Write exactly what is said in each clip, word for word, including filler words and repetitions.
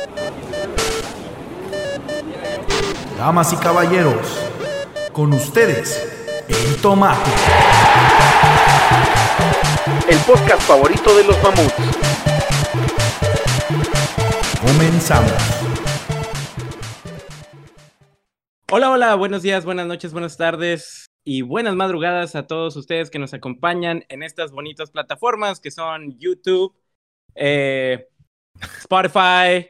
Damas y caballeros, con ustedes, El Tomate. El podcast favorito de los mamuts. Comenzamos. Hola, hola, buenos días, buenas noches, buenas tardes y buenas madrugadas a todos ustedes que nos acompañan en estas bonitas plataformas que son YouTube, eh, Spotify,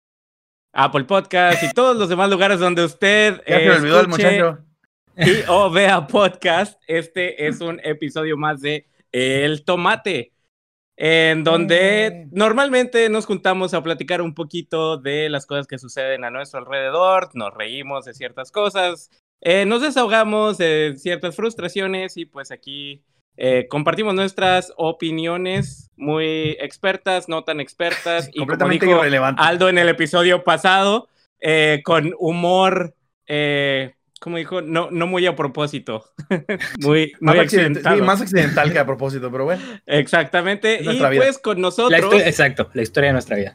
Apple Podcast y todos los demás lugares donde usted Ya eh, se me olvidó el escuche muchacho. y o vea podcast. Este es un episodio más de El Tomate, en donde Eh. normalmente nos juntamos a platicar un poquito de las cosas que suceden a nuestro alrededor, nos reímos de ciertas cosas, eh, nos desahogamos de ciertas frustraciones y pues aquí eh, compartimos nuestras opiniones muy expertas, no tan expertas, y Completamente como dijo irrelevante. Aldo en el episodio pasado, eh, con humor, eh, como dijo, no, no muy a propósito, muy, Más, muy accident- accidentado. sí, más accidental que a propósito, pero bueno. Exactamente, Es y nuestra vida. pues con nosotros, La historia, exacto, la historia de nuestra vida.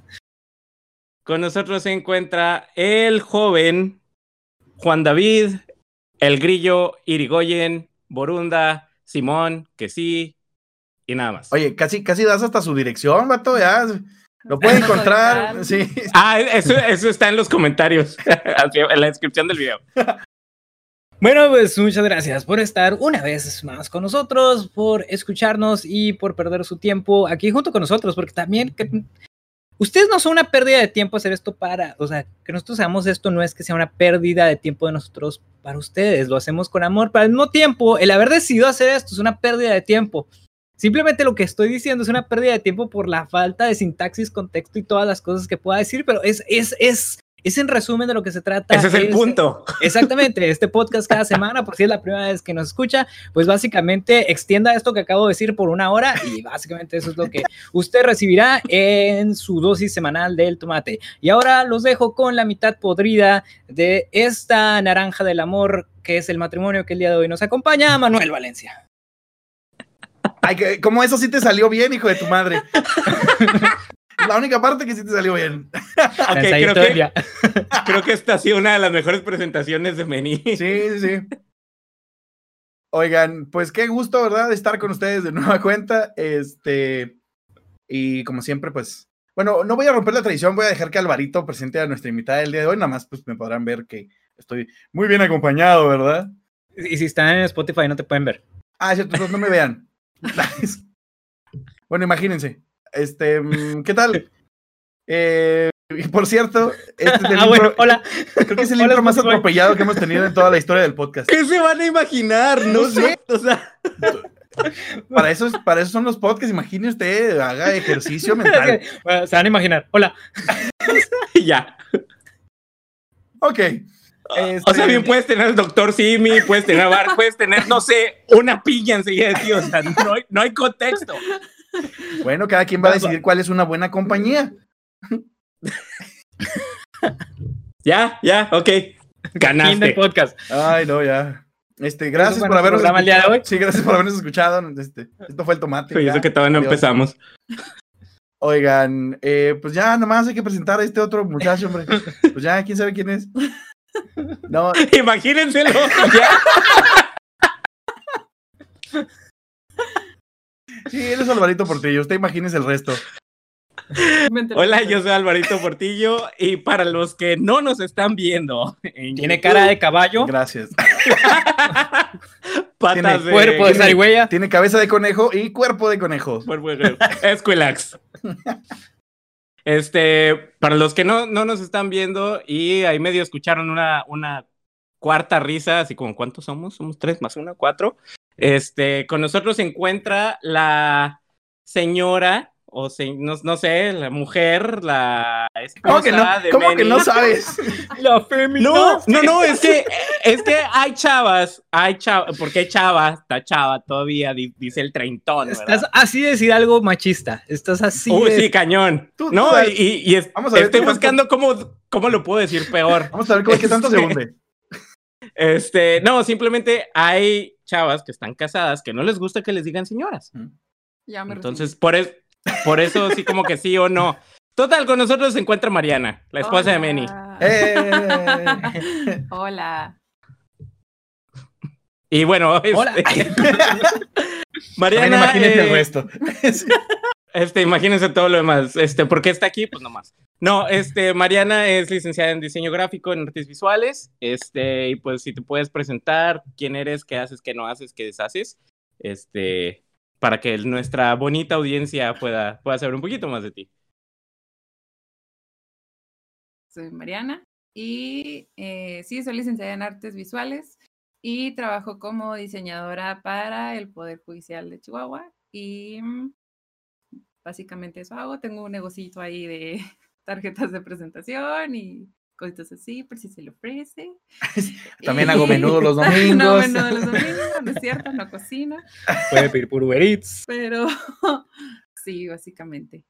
con nosotros se encuentra el joven Juan David, el Grillo, Irigoyen, Borunda, Simón, que sí, y nada más. Oye, casi, casi das hasta su dirección, vato, ya. Lo puede encontrar, sí. Ah, eso, eso está en los comentarios, en la descripción del video. Bueno, pues muchas gracias por estar una vez más con nosotros, por escucharnos y por perder su tiempo aquí junto con nosotros, porque también que, ustedes no son una pérdida de tiempo hacer esto para, o sea, que nosotros hagamos esto no es que sea una pérdida de tiempo de nosotros para ustedes, lo hacemos con amor, pero al mismo tiempo, el haber decidido hacer esto es una pérdida de tiempo. Simplemente lo que estoy diciendo es una pérdida de tiempo por la falta de sintaxis, contexto y todas las cosas que pueda decir, pero es, es, es, es en resumen de lo que se trata. Ese es el punto. Exactamente, este podcast cada semana, por si es la primera vez que nos escucha, pues básicamente extienda esto que acabo de decir por una hora y básicamente eso es lo que usted recibirá en su dosis semanal del tomate. Y ahora los dejo con la mitad podrida de esta naranja del amor que es el matrimonio que el día de hoy nos acompaña, Manuel Valencia. Ay, que, como eso sí te salió bien, hijo de tu madre. La única parte que sí te salió bien. Ok, creo que, creo que esta ha sido una de las mejores presentaciones de Meni. Sí, sí, sí. Oigan, pues qué gusto, ¿verdad? De estar con ustedes de nueva cuenta. Este, y como siempre, pues, bueno, no voy a romper la tradición, voy a dejar que Alvarito presente a nuestra invitada del día de hoy. Nada más, pues, me podrán ver que estoy muy bien acompañado, ¿verdad? Y si están en Spotify no te pueden ver. Ah, es cierto, no me vean. Bueno, imagínense. Este, ¿qué tal? Eh, y por cierto, este es el ah, intro, bueno, hola. Creo que es el Hola, intro más Spotify. atropellado que hemos tenido en toda la historia del podcast. ¿Qué se van a imaginar? No, No sé. sé. O sea, Para eso, es- para eso son los podcasts. Imagine usted, haga ejercicio mental. Bueno, se van a imaginar. Hola. ya. Ok. Este, O sea, bien puedes tener al doctor Simi, puedes tener a Bar, puedes tener, no sé, una piña enseguida de ti. O sea, no hay, no hay contexto. Bueno, cada quien va a decidir cuál es una buena compañía. Ya, ya, ok. Fin del Ganaste. podcast. Ay, no, ya. Este, gracias fue por nuestro habernos programa el día de escuchado. hoy. Sí, gracias por habernos escuchado. Este, esto fue el tomate. Y ya. eso que todavía no Adiós. empezamos. Oigan, eh, pues ya nomás hay que presentar a este otro muchacho, hombre. Pues ya, quién sabe quién es. No, Imagínenselo. Ya. sí, él es Alvarito Portillo. Usted imagínese el resto. Hola, yo soy Alvarito Portillo y para los que no nos están viendo, en Tiene YouTube, cara de caballo, Gracias. patas tiene de cuerpo de zarigüeya. Tiene cabeza de conejo y cuerpo de conejo. Cuerpo de Esquilax. Este, para los que no, no nos están viendo y ahí medio escucharon una, una cuarta risa, así como ¿cuántos somos? Somos tres más una, cuatro. Este, con nosotros se encuentra la señora, o se, no, no sé, la mujer, la esposa ¿Cómo que no, de ¿cómo que Manny. no sabes? La femina. No, no, no, es que, es que hay chavas, hay chavas, porque hay chavas, está chava todavía, di- dice el treintón, ¿verdad? Estás así de decir algo machista. Estás así. Uy, de... sí, cañón. Tú- no, tú- y, y, y es- Vamos a ver estoy cómo- buscando cómo, cómo lo puedo decir peor. Vamos a ver cómo es que tanto se Este, hunde. Este, no, simplemente hay chavas que están casadas que no les gusta que les digan señoras. Ya me Entonces, por, es- por eso sí como que sí o no. Total, con nosotros se encuentra Mariana, la esposa Hola. de Manny. ¡Eh! Hola. Y bueno, este, Hola. Mariana, Imagínate eh, el resto. Este, imagínense todo lo demás. Este, ¿por qué está aquí? Pues nomás. No, este, Mariana es licenciada en diseño gráfico, en artes visuales. Este, y pues si te puedes presentar, quién eres, qué haces, qué no haces, qué deshaces. Este, para que nuestra bonita audiencia pueda, pueda saber un poquito más de ti. Soy Mariana y eh, sí, soy licenciada en artes visuales y trabajo como diseñadora para el Poder Judicial de Chihuahua y mm, básicamente eso hago. Tengo un negocito ahí de tarjetas de presentación y cositas así, por si se le ofrece. También Y- hago menudo los No, domingos. menudo los domingos, no es cierto, no cocino, Puede pedir por Uber Eats. pero sí, básicamente.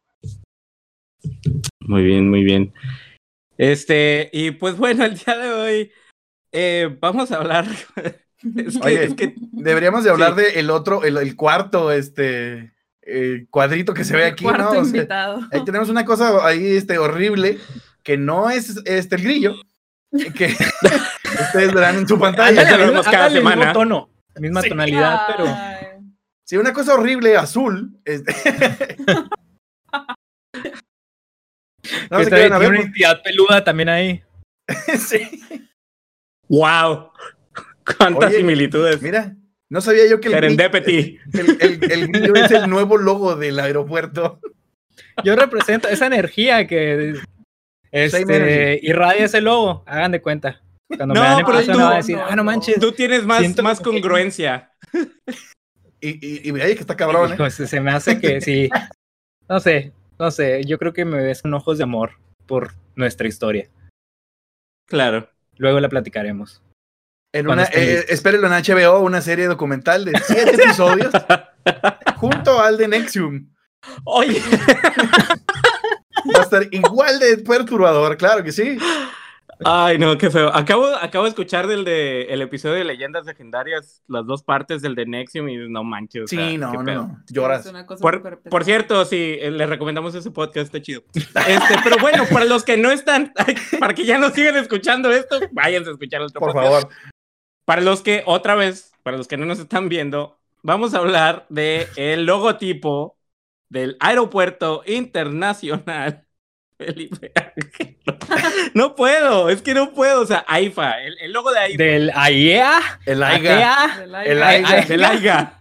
Muy bien, muy bien. Este, y pues bueno, el día de hoy eh, vamos a hablar. Es que, Oye, es que deberíamos de hablar Sí. de el otro, el, el cuarto, este eh, cuadrito que se ve El aquí, cuarto ¿no? O sea, invitado. ahí tenemos una cosa ahí este, horrible, que no es este el grillo, que ustedes verán en su pantalla. ya lo vemos cada Hágale el mismo semana. tono, misma Sí. tonalidad, pero Ay. Sí, una cosa horrible, azul. Este... no que se trae- quieran a tiene ver. una entidad peluda también ahí. pues, sí. ¡Wow! ¡Cuántas Oye, similitudes! Mira, no sabía yo que el, grillo- Serendipity. el, el- el grillo es el nuevo logo del aeropuerto. Yo represento esa energía que Same este, energy. irradia ese logo. Hagan de cuenta. Cuando No, me vean pero en persona tú- van a decir, no, ah, no no. manches. Tú tienes más, Siento más que- congruencia. Y, y, y ve ahí que está cabrón, ¿eh? Hijo, se, se me hace que sí. No sé, no sé. Yo creo que me ves con ojos de amor por nuestra historia. Claro. Luego la platicaremos. En Cuando una, estén eh, listos. espérenlo en H B O, una serie documental de siete episodios junto al de Nexium. Oye, Va a estar igual de perturbador, claro que sí. ay no, qué feo. Acabo, acabo de escuchar del de el episodio de Leyendas Legendarias, las dos partes del de Nexium y no manches. o sea, Sí, qué no, no, pedo. no. Lloras. Es una cosa Por, súper por pesada. cierto, sí, eh, les recomendamos ese podcast, está chido. Este, pero bueno, para los que no están, para que ya no sigan escuchando esto, váyanse a escuchar el otro Por podcast. favor. Para los que, otra vez, para los que no nos están viendo, vamos a hablar de el logotipo del Aeropuerto Internacional Felipe Ángeles. No puedo, es que no puedo, o sea, AIFA, el, el logo de AIFA. Del A I E A, El AIGA. ATEA, Del El aire. Ay, AIGA. ay. Del AIGA.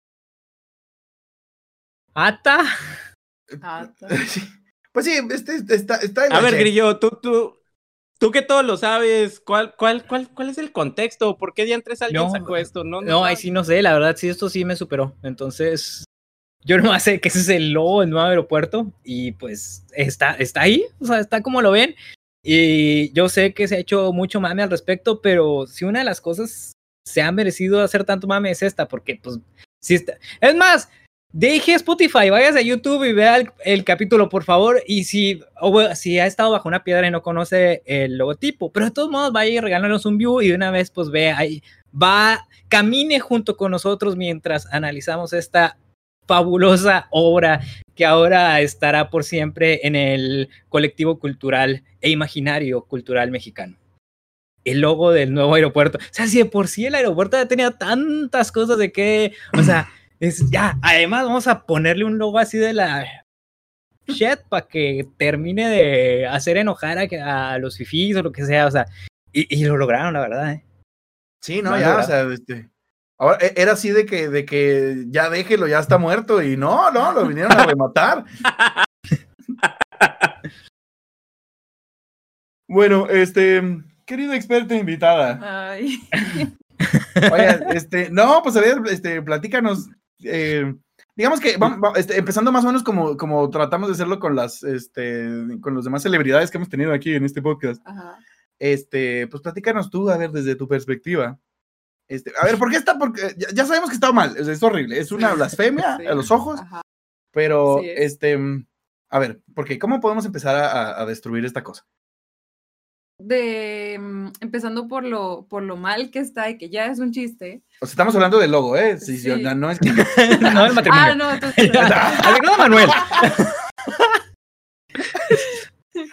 ATA. Ah, está. Sí. Pues sí, este, este está, está en A la ver, che. Grillo, tú, tú, tú que todo lo sabes, ¿cuál, cuál, cuál, cuál es el contexto? ¿Por qué diantres alguien No, sacó esto? No, No, ahí sabes. sí no sé, la verdad sí, esto sí me superó. Entonces, yo no sé que ese es el logo del nuevo aeropuerto y pues está, está ahí, o sea, está como lo ven. Y yo sé que se ha hecho mucho mame al respecto, pero si una de las cosas se ha merecido hacer tanto mame es esta, porque pues sí está. Es más, deje Spotify, vayas a YouTube y vea el, el capítulo, por favor. Y si, o bueno, si ha estado bajo una piedra y no conoce el logotipo, pero de todos modos vaya y regálanos un view y de una vez pues vea ahí, va, camine junto con nosotros mientras analizamos esta fabulosa obra que ahora estará por siempre en el colectivo cultural e imaginario cultural mexicano. El logo del nuevo aeropuerto. O sea, si de por sí el aeropuerto ya tenía tantas cosas de que, o sea, es ya, además vamos a ponerle un logo así de la shit para que termine de hacer enojar a, a los fifís o lo que sea, o sea, y, y lo lograron, la verdad, ¿eh? Sí, no, No, ya, no, o sea, este. Ahora, e- era así de que, de que ya déjelo, ya está muerto. Y no, no, lo vinieron a rematar. Bueno, este, querido experto invitada. Ay. Oye, este, no, pues a ver, este, platícanos. eh, digamos que vam- va- este, empezando más o menos como, como tratamos de hacerlo con las, este, con los demás celebridades que hemos tenido aquí en este podcast. Ajá. Este, pues platícanos tú, a ver, desde tu perspectiva. Este, a ver, ¿por qué está? Porque ya, ya sabemos que está mal, es, es horrible, es una blasfemia Sí. a los ojos, Ajá. pero, Sí es. este, a ver, ¿por qué? ¿Cómo podemos empezar a, a- a destruir esta cosa? De mm, empezando por lo, por lo mal que está y que ya es un chiste. O sea, estamos hablando del logo, ¿eh? Sí, sí, Sí. no, no es que... No, el matrimonio. Ah, no, entonces. Así que no, Manuel.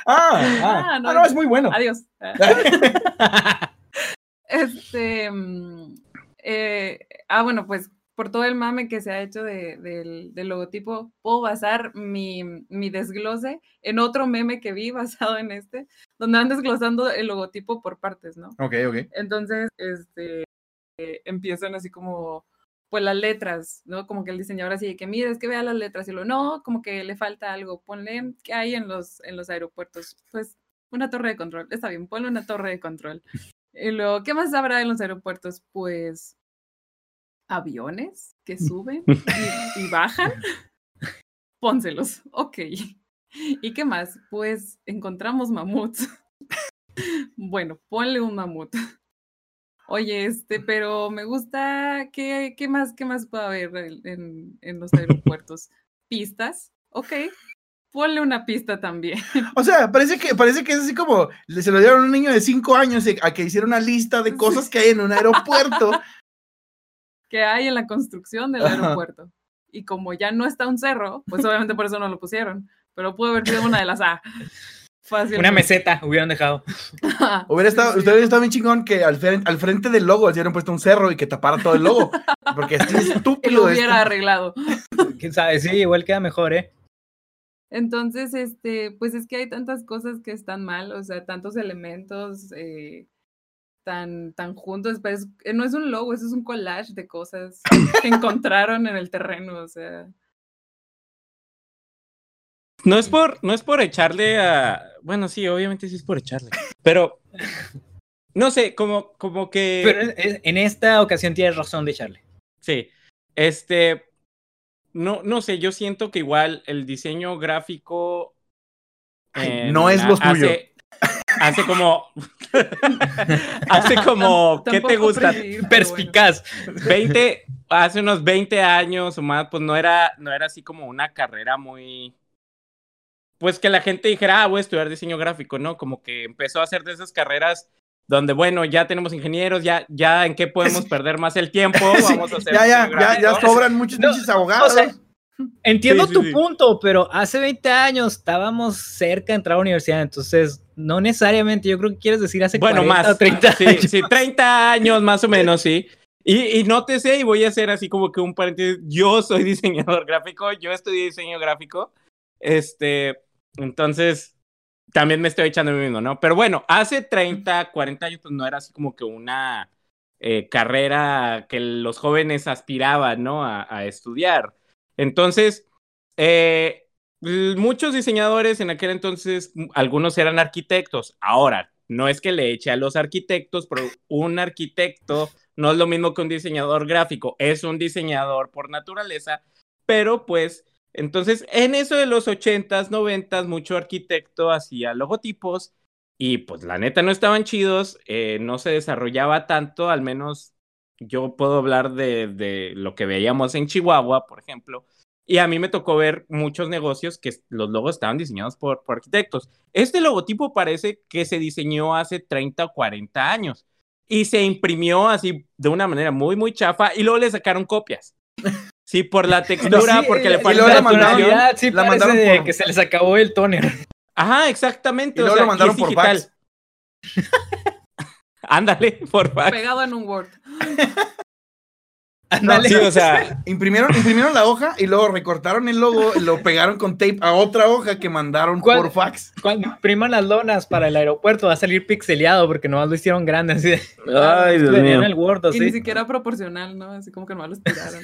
Ah, ah, Ah, no. ah, no, es muy bueno. Adiós. Este. mm, eh, ah, bueno, pues por todo el mame que se ha hecho de- del, del logotipo, puedo basar mi, mi desglose en otro meme que vi basado en este, donde van desglosando el logotipo por partes, ¿no? Ok, ok. Entonces, este, eh, empiezan así como, pues las letras, ¿no? Como que el diseñador así de que, mira, es que vea las letras, y lo no, como que le falta algo, ponle, ¿qué hay en los, en los aeropuertos? Pues una torre de control, está bien, ponle una torre de control. Y luego, ¿qué más habrá en los aeropuertos? Pues aviones que suben y, y bajan. Pónselos, ok. ¿Y qué más? Pues encontramos mamuts. Bueno, ponle un mamut. Oye, este, pero me gusta, ¿qué, qué más, qué más puede haber en, en- en los aeropuertos? Pistas, ok. Ponle una pista también. O sea, parece que, parece que es así como le- se lo dieron a un niño de cinco años y- a que hiciera una lista de cosas que hay en un aeropuerto. Que hay en la construcción del Ajá. aeropuerto. Y como ya no está un cerro, pues obviamente por eso no lo pusieron. Pero pudo haber sido una de las A. Fácilmente. Una meseta hubieran dejado. Hubiera estado, Sí, sí. usted hubiera estado bien chingón que al, fren- al frente del logo le hubieran puesto un cerro y que tapara todo el logo. Porque es Y lo estúpido hubiera esto. arreglado. Quién sabe, sí, igual queda mejor, ¿eh? Entonces, este, pues es que hay tantas cosas que están mal, o sea, tantos elementos eh, tan, tan juntos. Pues, eh, no es un logo, eso es un collage de cosas que encontraron en el terreno, o sea. No es por, no es por echarle a. Bueno, sí, obviamente sí es por echarle. Pero no sé, como, como que. Pero es- es- en esta ocasión tienes razón de echarle. Sí. Este. No, no sé, yo siento que igual el diseño gráfico. en- no es lo hace- suyo. Hace como. hace como. ¿Qué te Tampoco gusta? presumir, pero Perspicaz. veinte, hace unos veinte años o más, pues no era, no era así como una carrera muy. Pues que la gente dijera, ah, voy a estudiar diseño gráfico, ¿no? Como que empezó a hacer de esas carreras donde, bueno, ya tenemos ingenieros, ya, ya en qué podemos perder más el tiempo, vamos a hacer Ya, ya, diseño ya, ya gráfico. sobran muchos No, pinches abogados. o sea, Entiendo Sí, sí, tu sí. punto, pero hace veinte años estábamos cerca de entrar a la universidad, entonces no necesariamente, yo creo que quieres decir hace Bueno, cuarenta más. o treinta Sí, años. sí, treinta años más o menos, sí. Y, y nótese, y voy a hacer así como que un paréntesis, yo soy diseñador gráfico, yo estudié diseño gráfico, este, entonces también me estoy echando a mí mismo, ¿no? Pero bueno, hace treinta, cuarenta años pues no era así como que una eh, carrera que los jóvenes aspiraban, ¿no? A, a estudiar. Entonces, eh, l- muchos diseñadores en aquel entonces, m- algunos eran arquitectos. Ahora, no es que le eche a los arquitectos, pero un arquitecto no es lo mismo que un diseñador gráfico, es un diseñador por naturaleza, pero pues, entonces, en eso de los ochentas, noventas, mucho arquitecto hacía logotipos y pues la neta no estaban chidos, eh, no se desarrollaba tanto, al menos yo puedo hablar de, de lo que veíamos en Chihuahua, por ejemplo, y a mí me tocó ver muchos negocios que los logos estaban diseñados por, por arquitectos. Este logotipo parece que se diseñó hace treinta o cuarenta años y se imprimió así de una manera muy, muy chafa y luego le sacaron copias. Sí, por la textura, Sí, porque eh, le y falta luego la la mandaron- tonalidad, sí la parece mandaron de por- que se les acabó el toner. Ajá, exactamente. Y o luego sea, lo mandaron es por digital. fax. Ándale, por fax. Pegado en un Word. Ándale. Sí, o sea, Imprimieron, imprimieron la hoja y luego recortaron el logo y lo pegaron con tape a otra hoja que mandaron ¿Cuál? por fax. Cuando impriman las lonas para el aeropuerto va a salir pixeleado porque nomás lo hicieron grande así de... ay, Dios Venían mío. el Word Y ni así. siquiera proporcional, ¿no? Así como que no lo estiraron.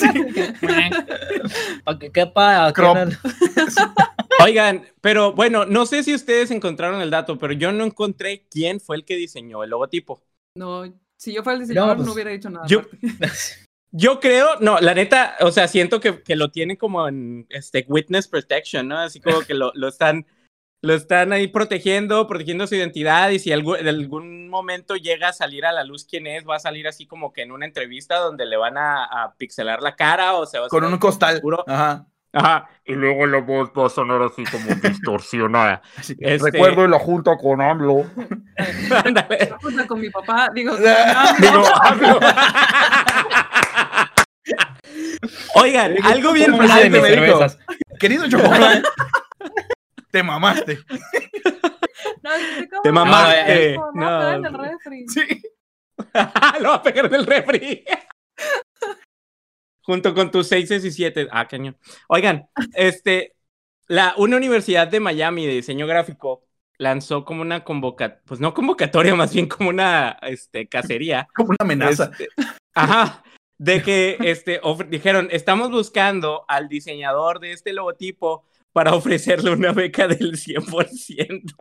Para que quepa... aquí Crop. en el- Oigan, pero bueno, no sé si ustedes encontraron el dato, pero yo no encontré quién fue el que diseñó el logotipo. No, si yo fuera el diseñador pues, no hubiera dicho nada. yo- aparte. Yo creo, no, la neta, o sea, siento que, que lo tienen como en este witness protection, ¿no? Así como que lo, lo están, lo están ahí protegiendo, protegiendo su identidad, y si algo, en algún momento llega a salir a la luz quién es, va a salir así como que en una entrevista donde le van a, a pixelar la cara o se va a Con hacer un algo costal. oscuro. Ajá. Ajá. Y luego la voz va a sonar así como distorsionada. Así, Este- Recuerdo la junta con AMLO. Ándale. La junta con mi papá, digo, Digo, hablo. Oigan, algo bien Como una de reciente mis me dijo. cervezas. Querido Chocola, te mamaste. Te mamaste. No, No. no, en el refri. Sí. Lo va a pegar del refri. Junto con tus seises y siete. Ah, cañón. Oigan, este, la, una universidad de Miami de diseño gráfico lanzó como una convocatoria, pues no convocatoria, más bien como una este, cacería. Como una amenaza. Este, ajá. De que este, of- dijeron, estamos buscando al diseñador de este logotipo para ofrecerle una beca del cien por ciento.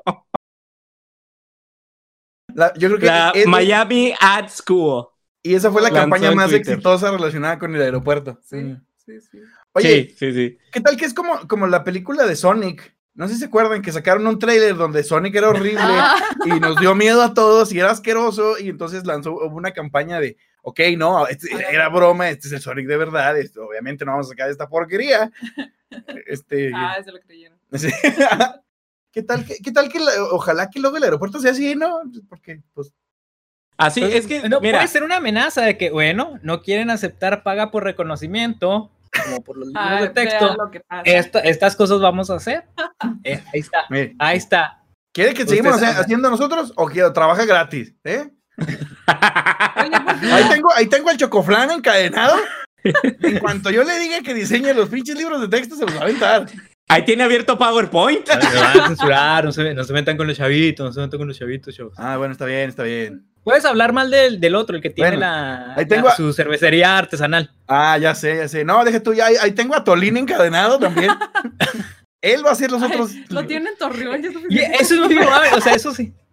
La- yo creo que La es- Miami Ad School. y esa fue la lanzó campaña en más Twitter. exitosa relacionada con el aeropuerto. Sí, Mm. sí, sí. Oye, Sí, sí, sí. ¿qué tal que es como, como la película de Sonic? No sé si se acuerdan que sacaron un tráiler donde Sonic era horrible Ah, y nos dio miedo a todos y era asqueroso y entonces lanzó hubo una campaña de, ok, no, este era broma, este es el Sonic de verdad, esto, obviamente no vamos a sacar esta porquería. Este, ah, se lo creyeron. sí. ¿Qué tal que, qué tal que la- ojalá que luego el aeropuerto sea así, ¿no? Porque, pues, Así es que, No mira, puede ser una amenaza de que, bueno, no quieren aceptar paga por reconocimiento, como por los libros Ah, de texto. vean lo que pasa. Esta- estas cosas vamos a hacer. Eh, ahí está, mire, ahí está. ¿quiere que seguimos Usted haci- sabe. haciendo nosotros o quiero trabaja gratis? ¿Eh? Oye, ¿por qué Ahí tengo, ahí tengo el chocoflán encadenado. En cuanto yo le diga que diseñe los pinches libros de texto, se los va a aventar. ahí tiene abierto PowerPoint. Me van a censurar, no se, no se metan con los chavitos, no se metan con los chavitos, chavos. Ah, bueno, está bien, está bien. Puedes hablar mal del, del otro, el que tiene Bueno, la, ahí tengo la- a- su cervecería artesanal. Ah, ya sé, ya sé. No, deje tú, ya, ahí, ahí tengo a Tolín encadenado también. Él va a hacer los Ay, otros. lo tiene en Torreón? Ya es Y suficiente. eso es muy probable, o sea, eso sí.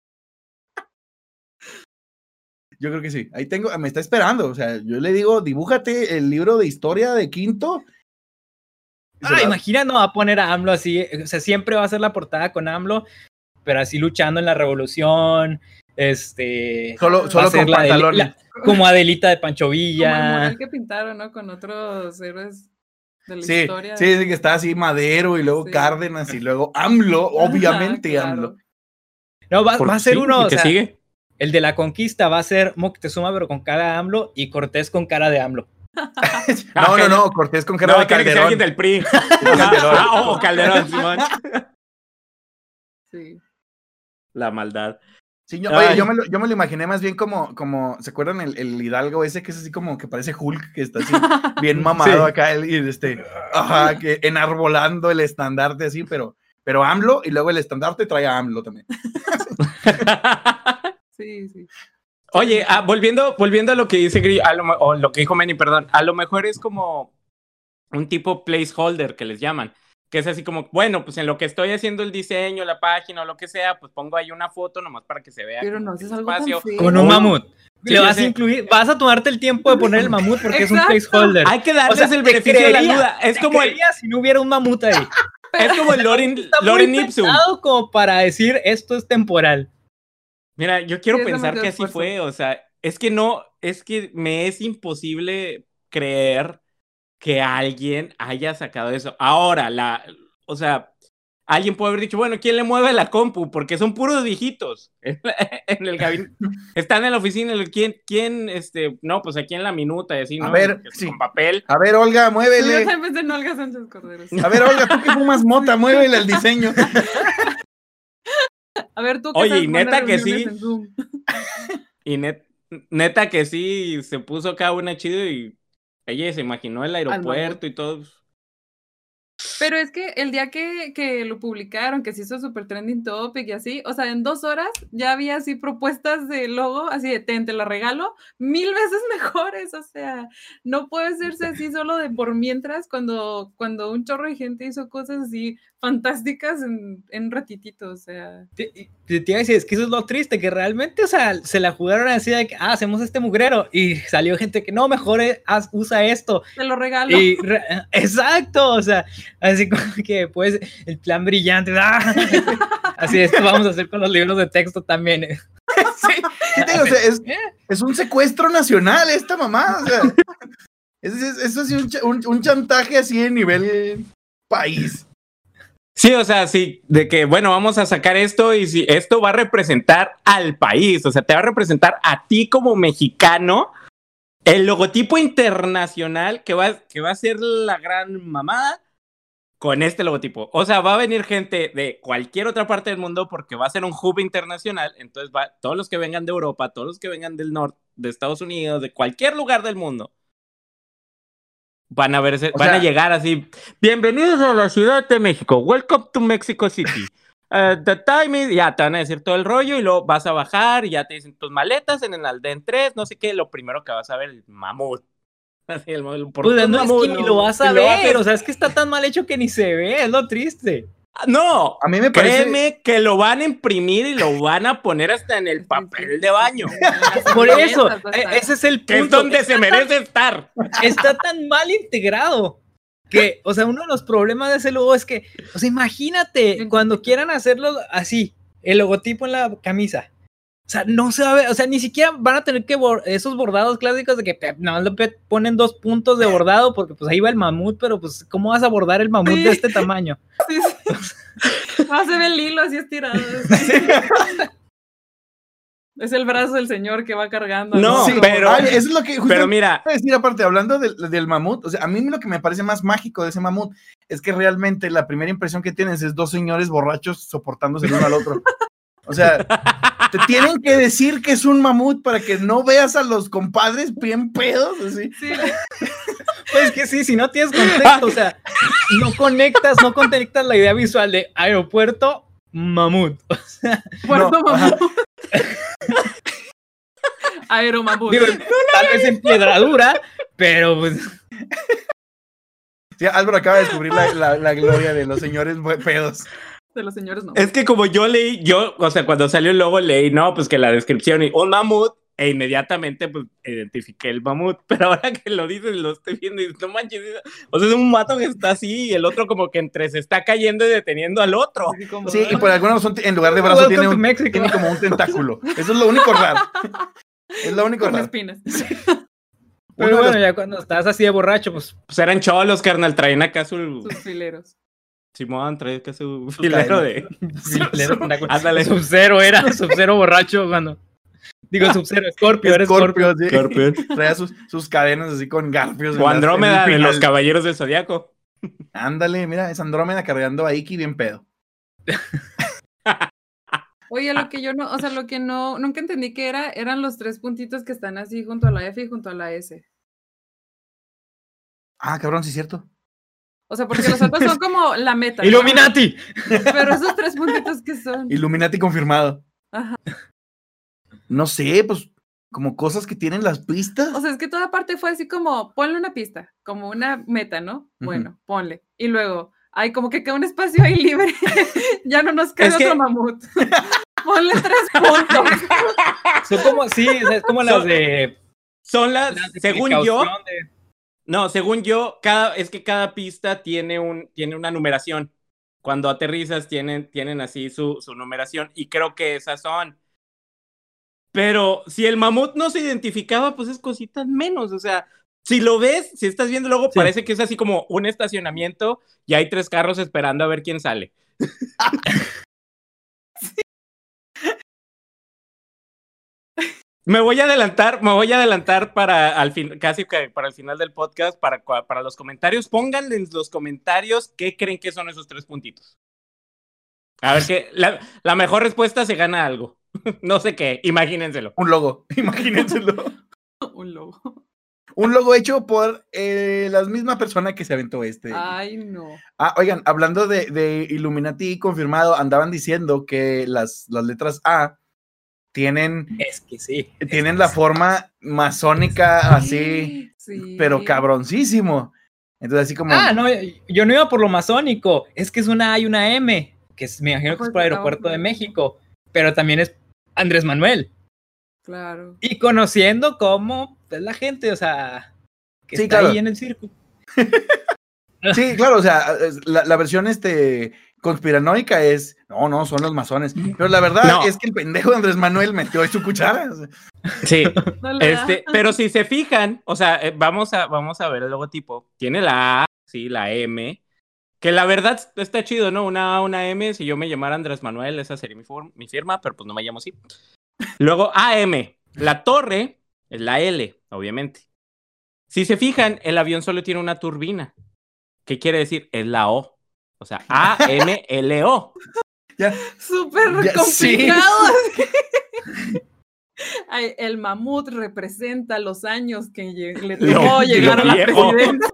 Yo creo que sí. Ahí tengo, me está esperando. O sea, yo le digo, dibújate el libro de historia de quinto. Y se Ah, la- imagina, no va a poner a AMLO así, o sea, siempre va a ser la portada con AMLO, pero así luchando en la revolución, este... Solo, va a solo ser con la Adeli- pantalones. la- como Adelita de Pancho Como el Villa. mural que pintaron, ¿no? Con otros héroes de la Sí, historia. sí, sí, que está así Madero y luego Sí. Cárdenas y luego AMLO, obviamente Ajá, AMLO. No, va, Por- va a ser sí, uno, ¿y o qué sea, sigue? el de la conquista va a ser Moctezuma, pero con cara de AMLO, y Cortés con cara de AMLO. No, no, no, Cortés con cara No, de tiene que ser alguien Calderón. del P R I. Calderón. Ah, oh, Calderón, Simón. Sí. La maldad. Sí, yo, Ay. oye, yo me, lo, yo me lo imaginé más bien como, como ¿se acuerdan el, el Hidalgo ese que es así como que parece Hulk, que está así bien mamado Sí. acá, el- y este, ajá, que enarbolando el estandarte así, pero, pero AMLO, y luego el estandarte trae a AMLO también. Sí, sí. Oye, ah, volviendo, volviendo a lo que dice Grillo, a lo, me- o lo que dijo Manny, perdón, a lo mejor es como un tipo placeholder que les llaman, que es así como, bueno, pues en lo que estoy haciendo el diseño, la página o lo que sea, pues pongo ahí una foto nomás para que se vea Pero como no que haces el algo tan espacio. feo. Con un Oh. mamut. Sí, Le vas sí. a incluir, vas a tomarte el tiempo de poner el mamut porque es un Exacto. placeholder. Hay que darles O sea, el te beneficio de la creería, duda. Es te como el, creería si no hubiera un mamut ahí. es como el Lorin, Está muy Lorin Ipsum. pensado como para decir esto es temporal. Mira, yo quiero Sí, es pensar demasiado que así esfuerzo. fue, o sea, es que no, es que me es imposible creer que alguien haya sacado eso. Ahora, la, o sea, alguien puede haber dicho, bueno, ¿quién le mueve la compu? Porque son puros viejitos en, en el gabinete. Están en la oficina, ¿quién, quién, este, no, pues aquí en la minuta y así, A ¿no? ver, Que es sí. con papel. A ver, Olga, Yo muévele. también pensé en Olga Sánchez Cordero. sí. A ver, Olga, tú que fumas mota, muévele el diseño. A ver, tú que Oye, sabes y neta poner que reuniones sí. en Zoom. Y net- neta que sí, se puso cada una chido y ella se imaginó el aeropuerto y todo. Pero es que el día que, que lo publicaron, que se hizo super trending topic y así, o sea, en dos horas ya había así propuestas de logo, así de ten, te lo regalo, mil veces mejores, o sea, no puede hacerse así solo de por mientras cuando, cuando un chorro de gente hizo cosas así fantásticas en, en ratitito, o sea. Te, te, te iba a decir, es que eso es lo triste, que realmente, o sea, se la jugaron así de que, ah, hacemos este mugrero, y salió gente que, no, mejor eh, haz, usa esto. Te lo regalo. Y, re, exacto, o sea, así como que, pues, el plan brillante, ¡ah! Así, esto vamos a hacer con los libros de texto también. eh. Sí, ¿qué te digo? O sea, es, es un secuestro nacional esta mamá. O sea, es, es, es así un, ch- un, un chantaje así de nivel país. Sí, o sea, sí, de que, bueno, vamos a sacar esto y si esto va a representar al país, o sea, te va a representar a ti como mexicano, el logotipo internacional que va, que va a ser la gran mamada, con este logotipo. O sea, va a venir gente de cualquier otra parte del mundo porque va a ser un hub internacional. Entonces, va, todos los que vengan de Europa, todos los que vengan del norte, de Estados Unidos, de cualquier lugar del mundo, van a verse, O van sea, a llegar así. Bienvenidos a la Ciudad de México. Welcome to Mexico City. Uh, the time is... Ya te van a decir todo el rollo y luego vas a bajar y ya te dicen tus maletas en el Alden tres, no sé qué. Lo primero que vas a ver el mamut. Así, el, el, por Pues no mamut, es que ni no, lo vas a y lo ver, haces- o sea, es que está tan mal hecho que ni se ve, es lo triste. No, A mí me parece- créeme que lo van a imprimir y lo van a poner hasta en el papel de baño. Por eso, Esas va a e- estar. ese es el Que es punto. donde se merece estar. Está tan mal integrado que, o sea, uno de los problemas de ese logo es que, o sea, imagínate cuando quieran hacerlo así, el logotipo en la camisa. O sea, no se va a ver, o sea, ni siquiera van a tener que bor- esos bordados clásicos de que pe- nada más le pe- ponen dos puntos de bordado porque pues ahí va el mamut, pero pues, ¿cómo vas a bordar el mamut Sí. de este tamaño? Sí, sí. Ah, se ve el hilo así estirado. Es el brazo del señor que va cargando. No, Sí, pero- ay, eso es lo que justo Pero mira, iba a decir, aparte, hablando del, del mamut, o sea, a mí lo que me parece más mágico de ese mamut es que realmente la primera impresión que tienes es dos señores borrachos soportándose el uno al otro. O sea, te tienen que decir que es un mamut para que no veas a los compadres bien pedos, así. Sí, Pues que sí, si no tienes contexto, o sea, no conectas, no conectas la idea visual de aeropuerto, mamut. O sea, Puerto No, ajá. Mamut. Aeromamut. digo, tal vez en piedradura, pero pues... Sí, Álvaro acaba de descubrir la, la- la gloria de los señores bu- pedos. De los señores no. es que como yo leí, yo, o sea, cuando salió el logo leí, no, pues que la descripción y un mamut, e inmediatamente pues identifiqué el mamut, pero ahora que lo dices, lo estoy viendo y no manches, o sea, es un mato que está así y el otro como que entre se está cayendo y deteniendo al otro. Así como- Sí, y por alguna razón, en lugar de brazo, Welcome tiene, to un- Mexico. tiene como un tentáculo. Eso es lo único raro. Es lo único Con raro. espinas. Pero Uno de bueno, los- ya cuando estás así de borracho, pues... Pues eran cholos, carnal, traían acá su... Sus fileros. Simón, traía acá su filero de... Ándale. Sub-Zero era, Sub-Zero borracho cuando... Digo, Sub-Zero, Scorpio, era Scorpio. Scorpio, sí. Scorpio. Traía sus, sus cadenas así con garfios. en O las- Andrómeda en de el los final. Caballeros del Zodiaco. Ándale, mira, es Andrómeda cargando a Iki bien pedo. Oye, lo que yo no, o sea, lo que no, nunca entendí que era, eran los tres puntitos que están así junto a la F y junto a la S. Ah, cabrón, sí es cierto. O sea, porque los otros son como la meta. ¿no? ¡Illuminati! Pero esos tres puntitos que son. Illuminati confirmado. Ajá. No sé, pues como cosas que tienen las pistas. O sea, es que toda parte fue así como, ponle una pista, como una meta, ¿no? Bueno, ponle. Y luego, hay como que queda un espacio ahí libre. Ya no nos queda Es que- otro mamut. Ponle tres puntos. Son como, sí, o sea, es como las Son- de... Son las, las de según yo, precaución de- no, según yo, cada, es que cada pista tiene, un, tiene una numeración. Cuando aterrizas tienen, tienen así su, su numeración y creo que esas son. Pero si el mamut no se identificaba, pues es cositas menos. O sea, si lo ves, si estás viendo luego, Sí. parece que es así como un estacionamiento y hay tres carros esperando a ver quién sale. Me voy a adelantar, me voy a adelantar para al fin, casi que para el final del podcast, para, cua- para los comentarios. Pónganle en los comentarios qué creen que son esos tres puntitos. A ver que la, la mejor respuesta se gana algo. No sé qué, imagínenselo. Un logo, imagínenselo. Un logo. Un logo hecho por eh, la misma persona que se aventó este. Ay, no. Ah, oigan, hablando de, de Illuminati confirmado, andaban diciendo que las, las letras A tienen, Es que sí. es tienen que la sí. forma masónica así, Sí. pero cabroncísimo. Entonces así como... Ah, no, yo no iba por lo masónico. Es que es una A y una M, que es- me imagino que es por el aeropuerto de México, pero también es Andrés Manuel. Claro. Y conociendo cómo es la gente, o sea, que Sí, está claro. ahí en el circo. Sí, claro, o sea, es- la, la versión este conspiranoica es, no, no, son los masones. Pero la verdad No. es que el pendejo de Andrés Manuel metió ahí su cuchara. o sea. Sí, No le da. este, pero si se fijan, o sea, eh, vamos a, vamos a ver el logotipo. Tiene la A, sí, la M, que la verdad está chido, ¿no? Una A, una M, si yo me llamara Andrés Manuel, esa sería mi, form- mi firma, pero pues no me llamo así. Luego A M, la torre es la L, obviamente. Si se fijan, el avión solo tiene una turbina. ¿Qué quiere decir? Es la O. O sea, A M L O. Ya. Súper Ya, complicado. Ay, el mamut representa los años que lle- le Lo- tomó llegar lo a la viejo. presidencia.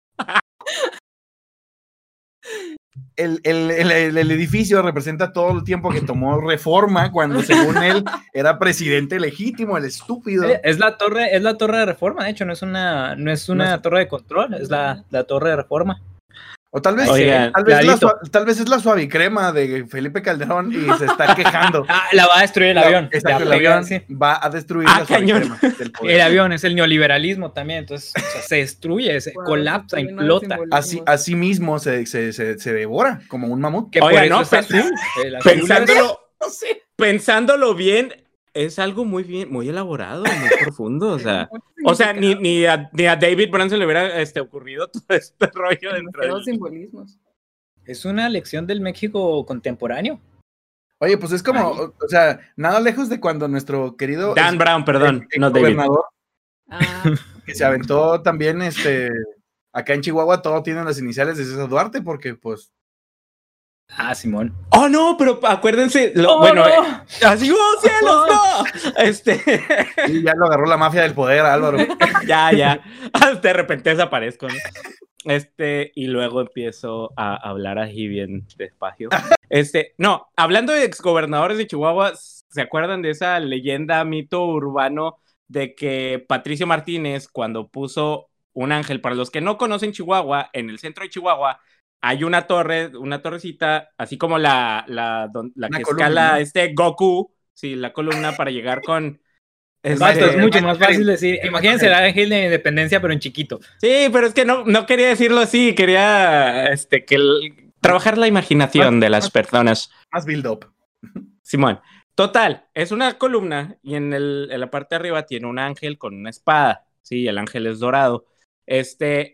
El, el, el, el- el edificio representa todo el tiempo que tomó Reforma cuando según él era presidente legítimo, el estúpido. Eh, Es la torre, es la torre de Reforma, de hecho, no es una, no es una No es- torre de control, es la, la torre de Reforma. O tal vez, Oigan, tal, vez la clarito. sua- tal vez es la suavicrema de Felipe Calderón y se está quejando. Ah, la va a destruir el avión. Exacto, Ya, el avión sí. va a destruir Ah, la cañón. suavicrema del poder. El avión es el neoliberalismo también, entonces o sea, se destruye, se Wow, colapsa, está lleno de implota. simbolismos. Así, así mismo se, se, se, se devora como un mamut. Que Oiga, por eso no, es pues, azul, el azul Pensándolo, No sé. pensándolo bien, es algo muy bien, muy elaborado, muy profundo. O sea, Mucho o sea ni, significado, ni, a, ni a David Branson le hubiera este, ocurrido todo este rollo dentro demasiados del... simbolismos. es una lección del México contemporáneo. Oye, pues es como, Ay. o, o sea, nada lejos de cuando nuestro querido Dan ex- Brown, perdón, ex- no David. gobernador Ah, que se aventó también, este, acá en Chihuahua todo tiene las iniciales de César Duarte porque, pues, Ah, Simón. Oh, no, pero acuérdense, lo- ¡Oh, bueno, no! eh, así, ¡oh, cielos, no! Este, sí, ya lo agarró la mafia del poder, Álvaro. ya, ya, de repente desaparezco, ¿no? Este, y luego empiezo a hablar así bien despacio. Este, no, hablando de exgobernadores de Chihuahua, ¿se acuerdan de esa leyenda, mito urbano de que Patricio Martínez, cuando puso un ángel, para los que no conocen Chihuahua, en el centro de Chihuahua, hay una torre, una torrecita, así como la, la, don- la Una que columna, escala ¿no? este Goku, sí, la columna para llegar con... Exacto, este, es mucho más fácil decir. Imagínense el ángel de independencia, pero en chiquito. Sí, pero es que no, no quería decirlo así, quería este, que el- trabajar la imaginación de las personas. Más build up. Simón, total, es una columna y en, el, en la parte de arriba tiene un ángel con una espada. Sí, el ángel es dorado. Este...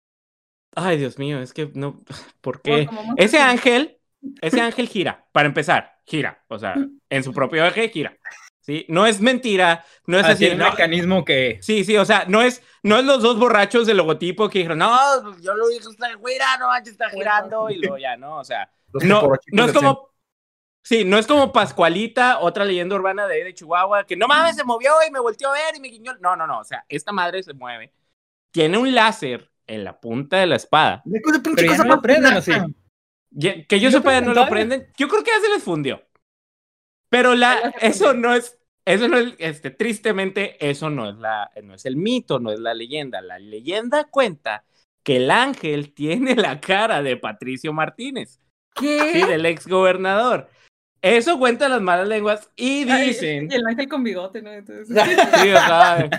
Ay, Dios mío, es que no... ¿Por qué? como mucho Ese sí. ángel, ese ángel gira, para empezar, gira. O sea, en su propio eje gira. ¿Sí? No es mentira, no es Así así. el no- mecanismo que. Sí, sí, o sea, no es, no es los dos borrachos del logotipo que dijeron, no, yo lo dije, está gira, no, manches, está girando, y luego ya, ¿no? O sea, Los no, toporochitos no es del como, sí, no es como Pascualita, otra leyenda urbana de ahí de Chihuahua, que no mames, se movió y me volteó a ver y me guiñó. No, no, no, o sea, esta madre se mueve. Tiene un láser en la punta de la espada. centro. Qué pinche Pero ya cosa no lo más prenden, nada. ¿o sí? Ya- Que yo ¿No sepa, ya no lo todavía? prenden. Yo creo que ya se les fundió. Pero la, eso no es, eso no es, este, tristemente, eso no es la, no es el mito, no es la leyenda. La leyenda cuenta que el ángel tiene la cara de Patricio Martínez, ¿Qué? sí, del ex gobernador. Eso cuentan las malas lenguas y Ay, dicen, y el ángel con bigote, ¿no? Entonces, sí, o sea,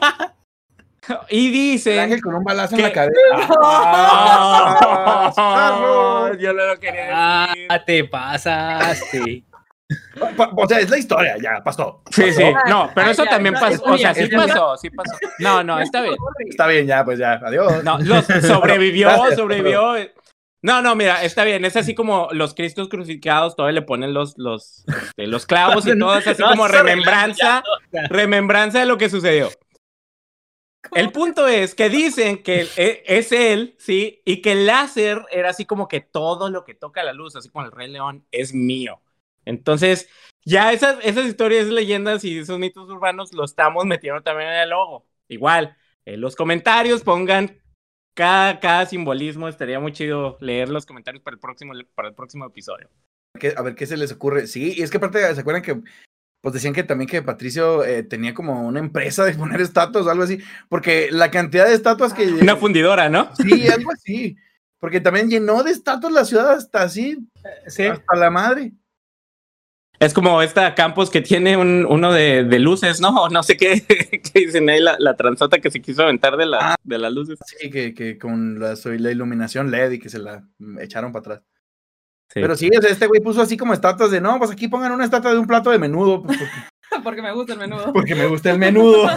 y El dicen ángel con un balazo ¿Qué? en la cabeza. Ah, Ah, yo no lo quería decir. Ah, te pasaste. Pa- O sea, es la historia, ya pasó. Sí, sí, no, pero Ah, eso ya, también no, pasó, está o sea, bien, sí ya. pasó, sí pasó. No, no, está bien. Está bien, ya, pues ya, adiós. No, los, sobrevivió, Gracias, sobrevivió. No, no, mira, está bien, es así como los cristos crucificados, todavía le ponen los, los, este, los clavos y todo, es así No, como estás arreglando remembranza, ya, no. remembranza de lo que sucedió. El punto es que dicen que e- es él, ¿sí? Y que el láser era así como que todo lo que toca la luz, así como el Rey León, es mío. Entonces, ya esas, esas historias, leyendas y esos mitos urbanos los estamos metiendo también en el logo. Igual, en los comentarios pongan cada, cada simbolismo. Estaría muy chido leer los comentarios para el próximo, para el próximo episodio. ¿Qué- A ver qué se les ocurre. Sí, y es que aparte, ¿se acuerdan que pues decían que también que Patricio eh, tenía como una empresa de poner estatuas o algo así? Porque la cantidad de estatuas que... Una fundidora, ¿no? Sí, algo así. Porque también llenó de estatuas la ciudad hasta así, Sí. hasta la madre. Es como esta Campos que tiene un, uno de, de luces, ¿no? O no sé qué, qué dicen ahí, la, la transota que se quiso aventar de, la, Ah. de las luces. Sí, que, que con la, soy la iluminación L E D y que se la mm, echaron para atrás. Sí. Pero sí, o sea, este güey puso así como estatuas de, no, pues aquí pongan una estatua de un plato de menudo, pues, porque, Porque me gusta el menudo. porque me gusta el menudo.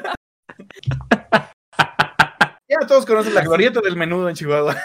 Ya todos conocen la glorieta del menudo en Chihuahua.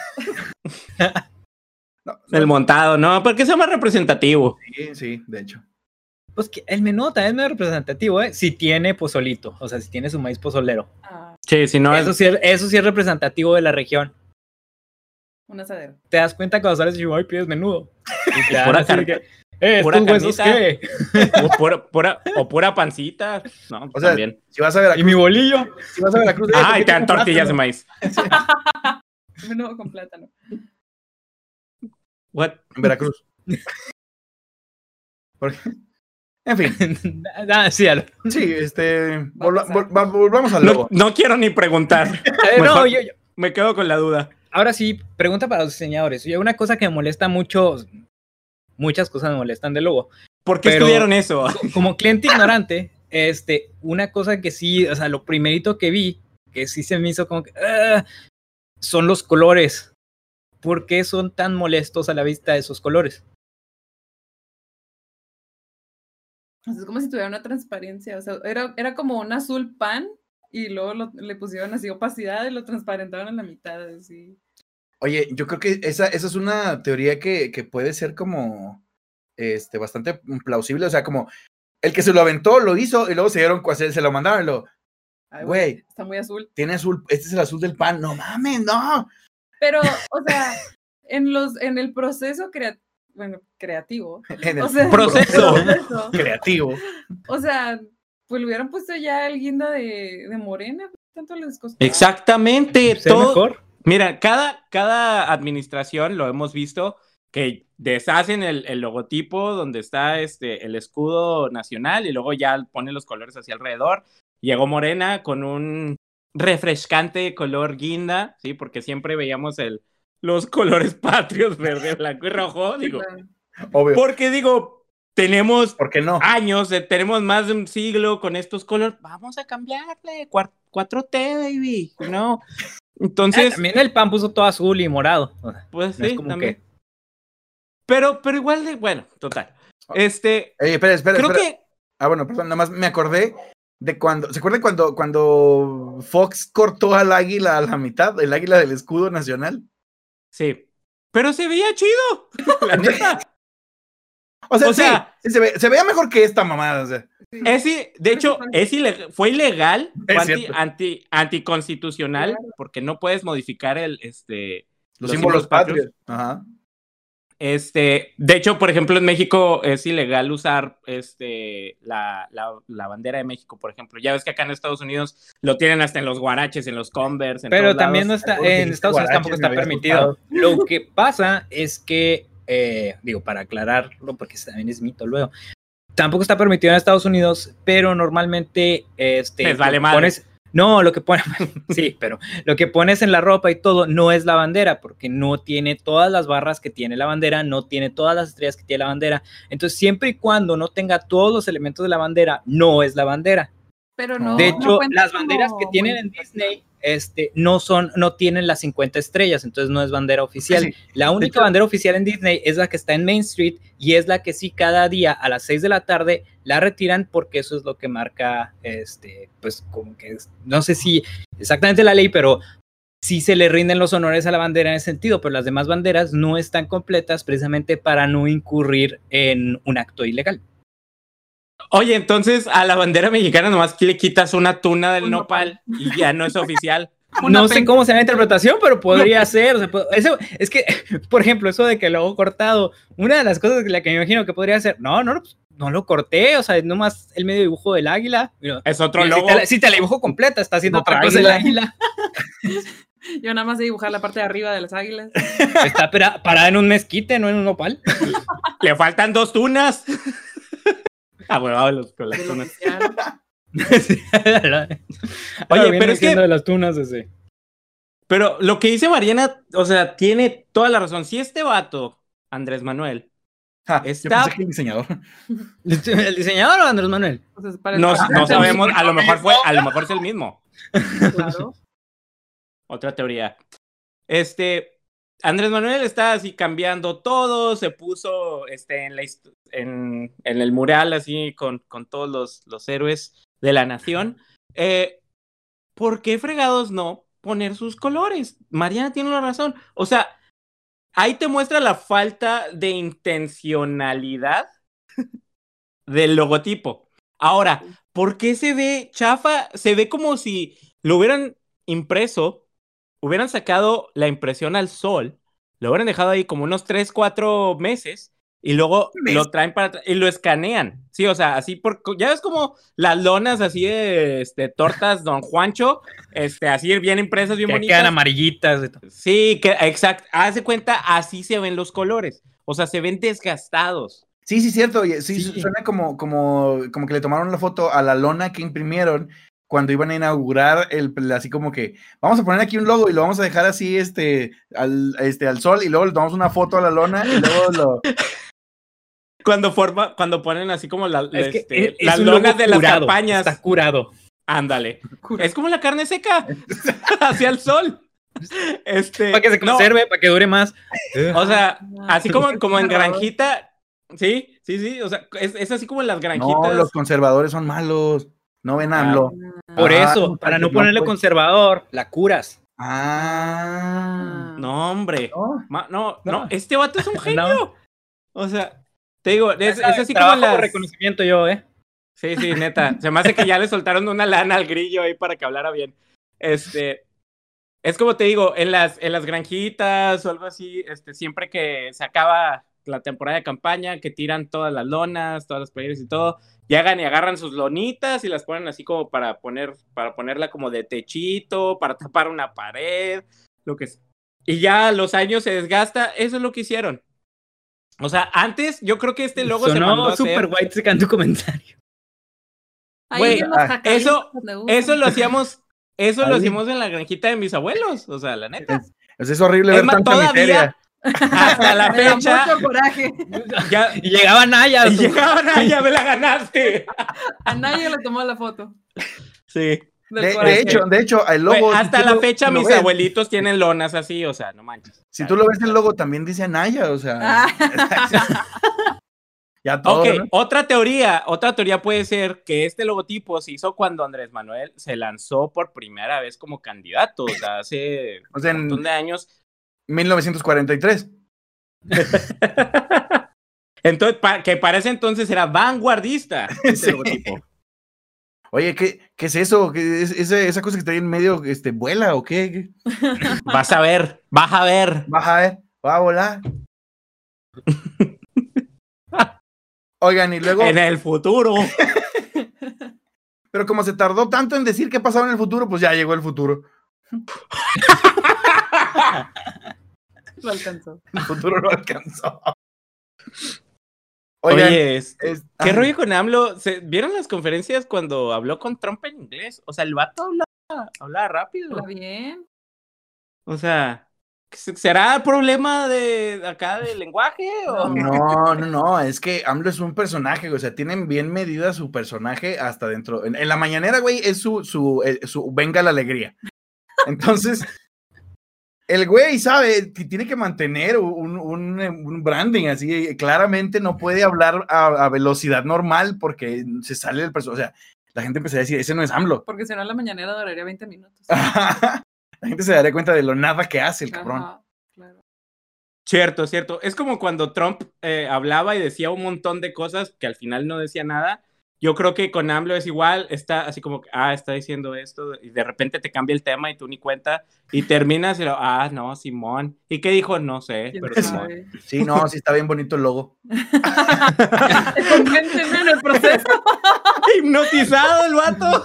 No, El montado, ¿no? Porque sea más representativo. sí, sí, de hecho. Pues que el menú también es muy representativo, ¿eh? Si tiene pozolito, o sea, si tiene su maíz pozolero. Ah, Sí, si no Eso es... sí, es- eso sí es representativo de la región. Un asadero. Te das cuenta cuando sales de Chihuahua y pides menudo. Y te dan Pura así de carne. que, eh, Pura ¿estos huesos carnita. qué? O pura, pura- o pura pancita. No, O sea, también. si vas a ¿Y Veracruz, mi bolillo? si vas a Veracruz, eh, Ah, ¿por y qué te dan tengo tortillas de plátano? maíz. Menudo con plátano. What? En Veracruz. Porque- En fin, Ah, sí, a lo- sí, este, Va a volva- pasar. vol- va- volvamos al No, logo. no quiero ni preguntar. A ver, no, Mejor yo, yo- me quedo con la duda. Ahora sí, pregunta para los diseñadores. Oye, una cosa que me molesta mucho, muchas cosas me molestan del logo. ¿Por qué Pero- estudiaron eso? Como cliente ignorante, este, una cosa que sí, o sea, lo primerito que vi, que sí se me hizo como que, ah, son los colores. ¿Por qué son tan molestos a la vista esos colores? O sea, es como si tuviera una transparencia. O sea, era, era como un azul pan y luego lo- le pusieron así opacidad y lo transparentaron en la mitad. Así. Oye, yo creo que esa, esa es una teoría que, que puede ser como este, bastante plausible. O sea, como el que se lo aventó lo hizo y luego se dieron, cua- se, se lo mandaron y lo, Ay, güey, Está muy azul. tiene azul, este es el azul del pan. No mames, no. Pero, o sea, en los, en el proceso crea- bueno, creativo. En el O sea, Proceso. proceso, creativo. o sea, pues le hubieran puesto ya el guinda de, de morena. Tanto les costó. Exactamente. ¿Se ve Todo, mejor? mira, cada, cada administración lo hemos visto que deshacen el, el logotipo donde está este, el escudo nacional y luego ya ponen los colores hacia alrededor. Llegó Morena con un refrescante color guinda, ¿sí? Porque siempre veíamos el, los colores patrios, verde, blanco y rojo, digo. Claro. Obvio. Porque digo, tenemos ¿Por qué no? años, eh, tenemos más de un siglo con estos colores, vamos a cambiarle, cuar- cuatro T, baby, ¿no? Ah, Entonces, también el pan puso todo azul y morado. O sea, pues no es sí, como también. que- Pero, pero igual de, bueno, total. Este, Ey, espera, espera, creo espera. que, Ah, bueno, perdón, nada más me acordé de cuando, ¿se acuerdan cuando, cuando Fox cortó al águila a la mitad, el águila del escudo nacional? sí, pero se veía chido, la neta. O sea, O sí, sea- sí, se, ve- se veía mejor que esta mamada, o sea. Sí. Es, i- de hecho, es ilegal, fue ilegal, fue Es anti, cierto. anti, anticonstitucional, Claro. porque no puedes modificar el, este, Los, Los símbolos símbolos patrios. patrios. Ajá. Este, de hecho, por ejemplo, en México es ilegal usar este, la, la, la bandera de México, por ejemplo. Ya ves que acá en Estados Unidos lo tienen hasta en los guaraches, en los Converse, en Pero todos también no lados. está, Porque en dijiste Estados Unidos guaraches, tampoco me está había permitido. Lo que pasa es que, eh, digo, para aclararlo, porque también es mito luego, tampoco está permitido en Estados Unidos, pero normalmente, este, Les vale lo que madre. pones, no, lo que pones, sí, pero lo que pones en la ropa y todo no es la bandera, porque no tiene todas las barras que tiene la bandera, no tiene todas las estrellas que tiene la bandera. Entonces, siempre y cuando no tenga todos los elementos de la bandera, no es la bandera. Pero no. De no hecho, cuenta las banderas que como tienen en Disney, este, no son, no tienen las cincuenta estrellas, entonces no es bandera oficial. Sí, La única hecho- bandera oficial en Disney es la que está en Main Street y es la que sí cada día a las seis de la tarde la retiran porque eso es lo que marca, este, pues como que es- no sé si exactamente la ley, pero sí se le rinden los honores a la bandera en ese sentido, pero las demás banderas no están completas precisamente para no incurrir en un acto ilegal. Oye, entonces a la bandera mexicana nomás que le quitas una tuna del Un nopal y ya no es oficial. Una No sé pen- cómo será la interpretación, pero podría ser. O sea, po- eso, es que, por ejemplo, eso de que lo hago cortado, una de las cosas que, la que me imagino que podría ser, no, no, pues, no lo corté, o sea, nomás el medio dibujo del águila. Mira, Es otro si logo. te la, si te la dibujo completa, está haciendo Otra otra cosa el águila. águila. Yo nada más de dibujar la parte de arriba de las águilas. Está pera- parada en un mezquite, no en un nopal. Le faltan dos tunas. Ah, bueno, los, con las De lo tunas. oficial. Oye, pero es que- de las tunas ese. Pero lo que dice Mariana, o sea, tiene toda la razón. Si este vato, Andrés Manuel, Ja, yo Está- pensé que el diseñador. ¿El diseñador o Andrés Manuel? O sea, para- no, para- no sabemos, a lo mejor fue, a lo mejor es el mismo. Claro. Otra teoría. Este, Andrés Manuel está así cambiando todo, se puso este, en, la, hist- en, en el mural así con, con todos los, los héroes de la nación. Eh, ¿Por qué fregados no poner sus colores? Mariana tiene la razón. O sea, ahí te muestra la falta de intencionalidad del logotipo. Ahora, ¿por qué se ve chafa? Se ve como si lo hubieran impreso, hubieran sacado la impresión al sol lo hubieran dejado ahí como unos tres, cuatro meses y luego ¿Mes? lo traen para atrás y lo escanean. Sí, o sea, así por, ya ves como las lonas así de este, tortas Don Juancho, este, así bien impresas, bien Que bonitas. quedan amarillitas. y todo. Sí, que exacto. Haz de cuenta, así se ven los colores. O sea, se ven desgastados. Sí, sí, cierto. oye, Sí, Sí. suena como, como, como que le tomaron la foto a la lona que imprimieron cuando iban a inaugurar el, así como que vamos a poner aquí un logo y lo vamos a dejar así este al, este, al sol y luego le tomamos una foto a la lona y luego lo... Cuando forma, cuando ponen así como la, Es que este, es- es las un lonas logo de las curado, campañas. Está curado. Ándale. Es como la carne seca. Hacia el sol. Este, Para que se no, conserve, para que dure más. o sea, así como, Es como en narrador. granjita. Sí, sí, sí. O sea, es, es así como en las granjitas. No, los conservadores son malos. No ven Ah, AMLO. Por Ah, eso, para no no, ponerle pues. conservador, la curas. Ah. No, hombre. No. Ma- no, no, No. este vato es un No. genio. O sea, te digo, es, es así como Trabajo en las... por reconocimiento yo, ¿eh? Sí, sí, neta. Se me hace que ya le soltaron una lana al grillo ahí para que hablara bien. Este, es como te digo, en las, en las granjitas o algo así, este, siempre que se acaba la temporada de campaña, que tiran todas las lonas, todas las playeras y todo, llegan y agarran sus lonitas y las ponen así como para poner, para ponerla como de techito, para tapar una pared, lo que es. Y ya los años se desgasta, eso es lo que hicieron. O sea, antes yo creo que este logo se mandó Sonó a super hacer. white secant tu comentario. Ahí Güey, en los ah, jacalitos eso- donde usan. Eso lo hacíamos, eso lo Ahí. hacíamos en la granjita de mis abuelos, o sea, la neta. Es, es, es horrible Es ver más, tanta todavía, miseria. hasta la Me da fecha, mucho coraje. ya Y llegaban allá. y llegaban a ya me la ganaste. A nadie le tomó la foto. Sí. Del De, coraje. de hecho, de hecho, el Güey, logo. si hasta tú la lo- fecha si lo mis ves- abuelitos tienen lonas así, o sea, no manches. Si tú lo ves el logo, también dice Anaya, o sea. Ah. ya todo. Ok, ¿no? otra teoría, otra teoría puede ser que este logotipo se hizo cuando Andrés Manuel se lanzó por primera vez como candidato, o sea, hace O sea, un en montón de años. mil novecientos cuarenta y tres. Entonces, pa- que para ese entonces era vanguardista este Sí. logotipo. Oye, ¿qué, ¿qué es eso? ¿Qué es, esa, esa cosa que está ahí en medio, este, vuela o qué? ¿Qué? Vas a ver, vas a ver. Baja, a ver, va a volar. Oigan, y luego, En el futuro. pero como se tardó tanto en decir qué pasaba en el futuro, pues ya llegó el futuro. Lo alcanzó. El futuro lo alcanzó. Oigan, Oye, este, es- ¿qué ah, rollo con AMLO? ¿Se- ¿Vieron las conferencias cuando habló con Trump en inglés? O sea, el vato hablaba, hablaba rápido. ¿Está bien? O sea, ¿será problema de acá de lenguaje? O... No, no, no, es que AMLO es un personaje, o sea, tienen bien medida su personaje hasta dentro. En, en la mañanera, güey, es su, su, eh, su venga la alegría. Entonces, el güey sabe que tiene que mantener un, un, un branding así, claramente no puede hablar a, a velocidad normal porque se sale del personaje. O sea, la gente empezaría a decir, ese no es AMLO. Porque si no, la mañanera duraría veinte minutos. La gente se daría cuenta de lo nada que hace el cabrón. Ajá, claro. Cierto, cierto. Es como cuando Trump eh, hablaba y decía un montón de cosas que al final no decía nada. Yo creo que con AMLO es igual, está así como, ah, está diciendo esto, y de repente te cambia el tema y tú ni cuenta, y terminas y lo, ah, no, Simón. ¿Y qué dijo? No sé, ¿Quién pero Simón. sabe? Sí, no, sí está bien bonito el logo. Convénceme en el proceso. Hipnotizado el vato.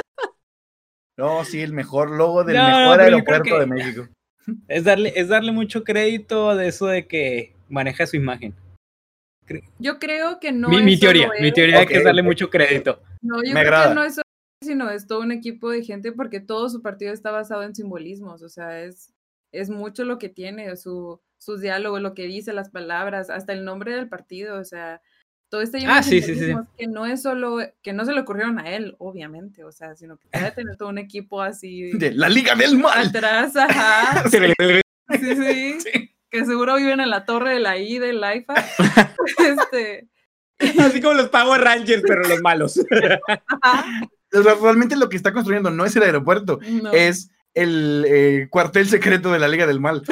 No, sí, el mejor logo del No, mejor pero yo creo aeropuerto que- de México. Es darle, es darle mucho crédito de eso de que maneja su imagen. Yo creo que no mi, es mi teoría, solo mi él. teoría Ok, es que es darle ok. mucho crédito. No, yo Me creo agrada. que no es solo él, sino es todo un equipo de gente porque todo su partido está basado en simbolismos, o sea, es, es mucho lo que tiene, su, sus diálogos, lo que dice, las palabras, hasta el nombre del partido, o sea, todo está lleno Ah, de sí, sí, sí. simbolismos que no es solo, que no se le ocurrieron a él, obviamente, o sea, sino que debe tener todo un equipo así De la Liga del Mal. atrás, ajá, sí, sí, Sí. que seguro viven en la torre de la I del AIFA, este, Así como los Power Rangers, pero los malos. ajá, O sea, realmente lo que está construyendo no es el aeropuerto, no. es el eh, cuartel secreto de la Liga del Mal.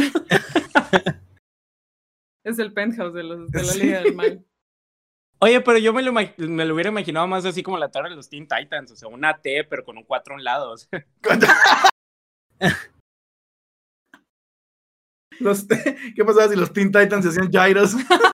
Es el penthouse de, los, de la Sí. Liga del Mal. Oye, pero yo me lo, ima- me lo hubiera imaginado más así como la torre de los Teen Titans, o sea, una T, pero con un cuatro a un lado. o sea. Los, ¿qué pasaba si los Teen Titans se hacían gyros?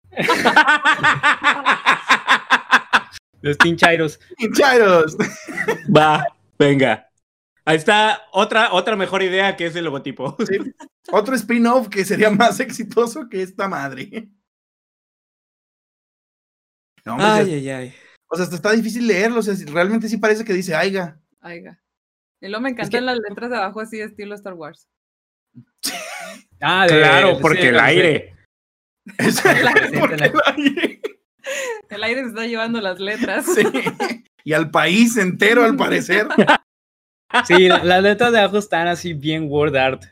Los Teen Gyros. ¡Teen Gyros! Va, venga. Ahí está otra, otra mejor idea que es el logotipo. Sí. Otro spin-off que sería más exitoso que esta madre. No, hombre, Ay, o sea, ay, ay. o sea, hasta está difícil leerlo. O sea, realmente sí parece que dice Aiga. Aiga. Y luego me encantan que- las letras de abajo así estilo Star Wars. Ah, de- Claro, sí, porque el sí. aire. Es porque el aire. El aire se está llevando las letras. Sí. Y al país entero, al parecer. Sí, la- las letras de abajo están así bien word art.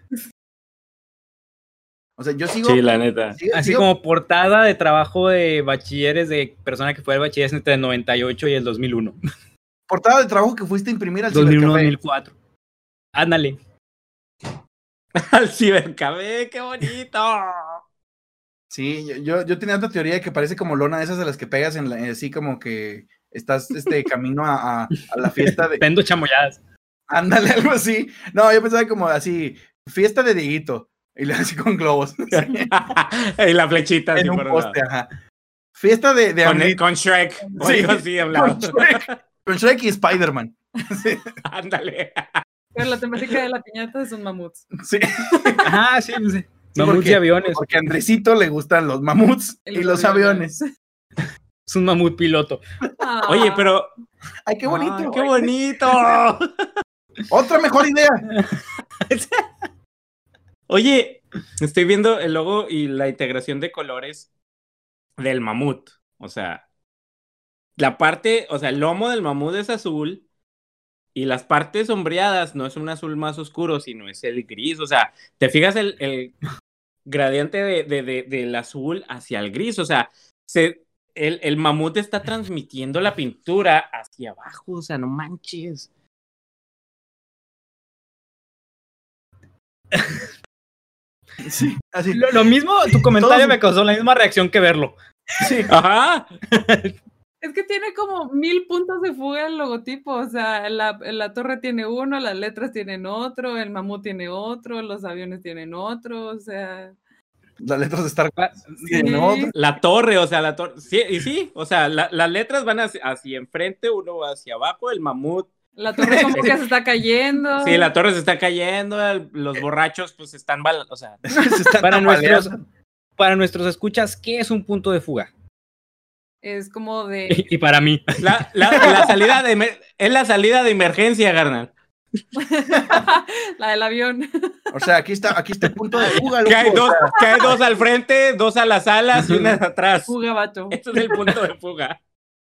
O sea, yo sigo. Sí, la neta. sigo- Así sigo- como portada de trabajo de bachilleres de persona que fue al bachiller entre el noventa y ocho y el dos mil uno. portada de trabajo que fuiste a imprimir al dos mil uno, cibercafé. dos mil cuatro. Ándale. Al cibercafé, qué bonito. Sí, yo, yo, yo tenía otra teoría de que parece como lona de esas de las que pegas en la, así como que estás este camino a, a, a la fiesta de. Vendo chamoyadas. Ándale, algo así. No, yo pensaba como así, fiesta de Dieguito. Y le así con globos. Sí, Y la flechita así en un por un poste, lado. ajá. Fiesta de, de Con, Amrito. con Shrek. Sí, Oigo así hablando. Con Shrek, con Shrek y Spider-Man. Sí, Ándale. Pero la temática de la piñata son mamuts. sí, Ajá, sí, sí. Sí, Mamuts porque- y aviones. porque a Andresito le gustan los mamuts Y y los los aviones. Es un mamut piloto. Ah, Oye, pero. Ay, qué bonito. Ay, qué güey. bonito. Otra mejor idea. Oye, estoy viendo el logo y la integración de colores del mamut. O sea, la parte, o sea, el lomo del mamut es azul y las partes sombreadas no es un azul más oscuro, sino es el gris. O sea, te fijas el, el gradiente de, de, de, del azul hacia el gris. O sea, se, el, el mamut está transmitiendo la pintura hacia abajo. O sea, no manches. Sí, así. Lo, lo mismo, tu comentario Todos- me causó la misma reacción que verlo. Sí. Ajá. es que tiene como mil puntos de fuga el logotipo. O sea, la, la torre tiene uno, las letras tienen otro, el mamut tiene otro, los aviones tienen otro. O sea, Las letras de Star Wars. Ah, sí. ¿no? La torre, o sea, la torre. Sí, y sí, o sea, la, las letras van hacia, hacia enfrente, uno va hacia abajo, el mamut. la torre como que se está cayendo. Sí, la torre se está cayendo, el- los borrachos pues están bal- o sea, Se están Para nuestros, tambaleando. para nuestros escuchas, ¿qué es un punto de fuga? Es como de. Y, y para mí. la, la, la salida de emer- es la salida de emergencia, carnal. la del avión. O sea, aquí está, aquí está el punto de fuga. Que hay, loco, o dos, sea, que hay dos al frente, dos a las alas y una atrás. Fuga, vato. Este es el punto de fuga.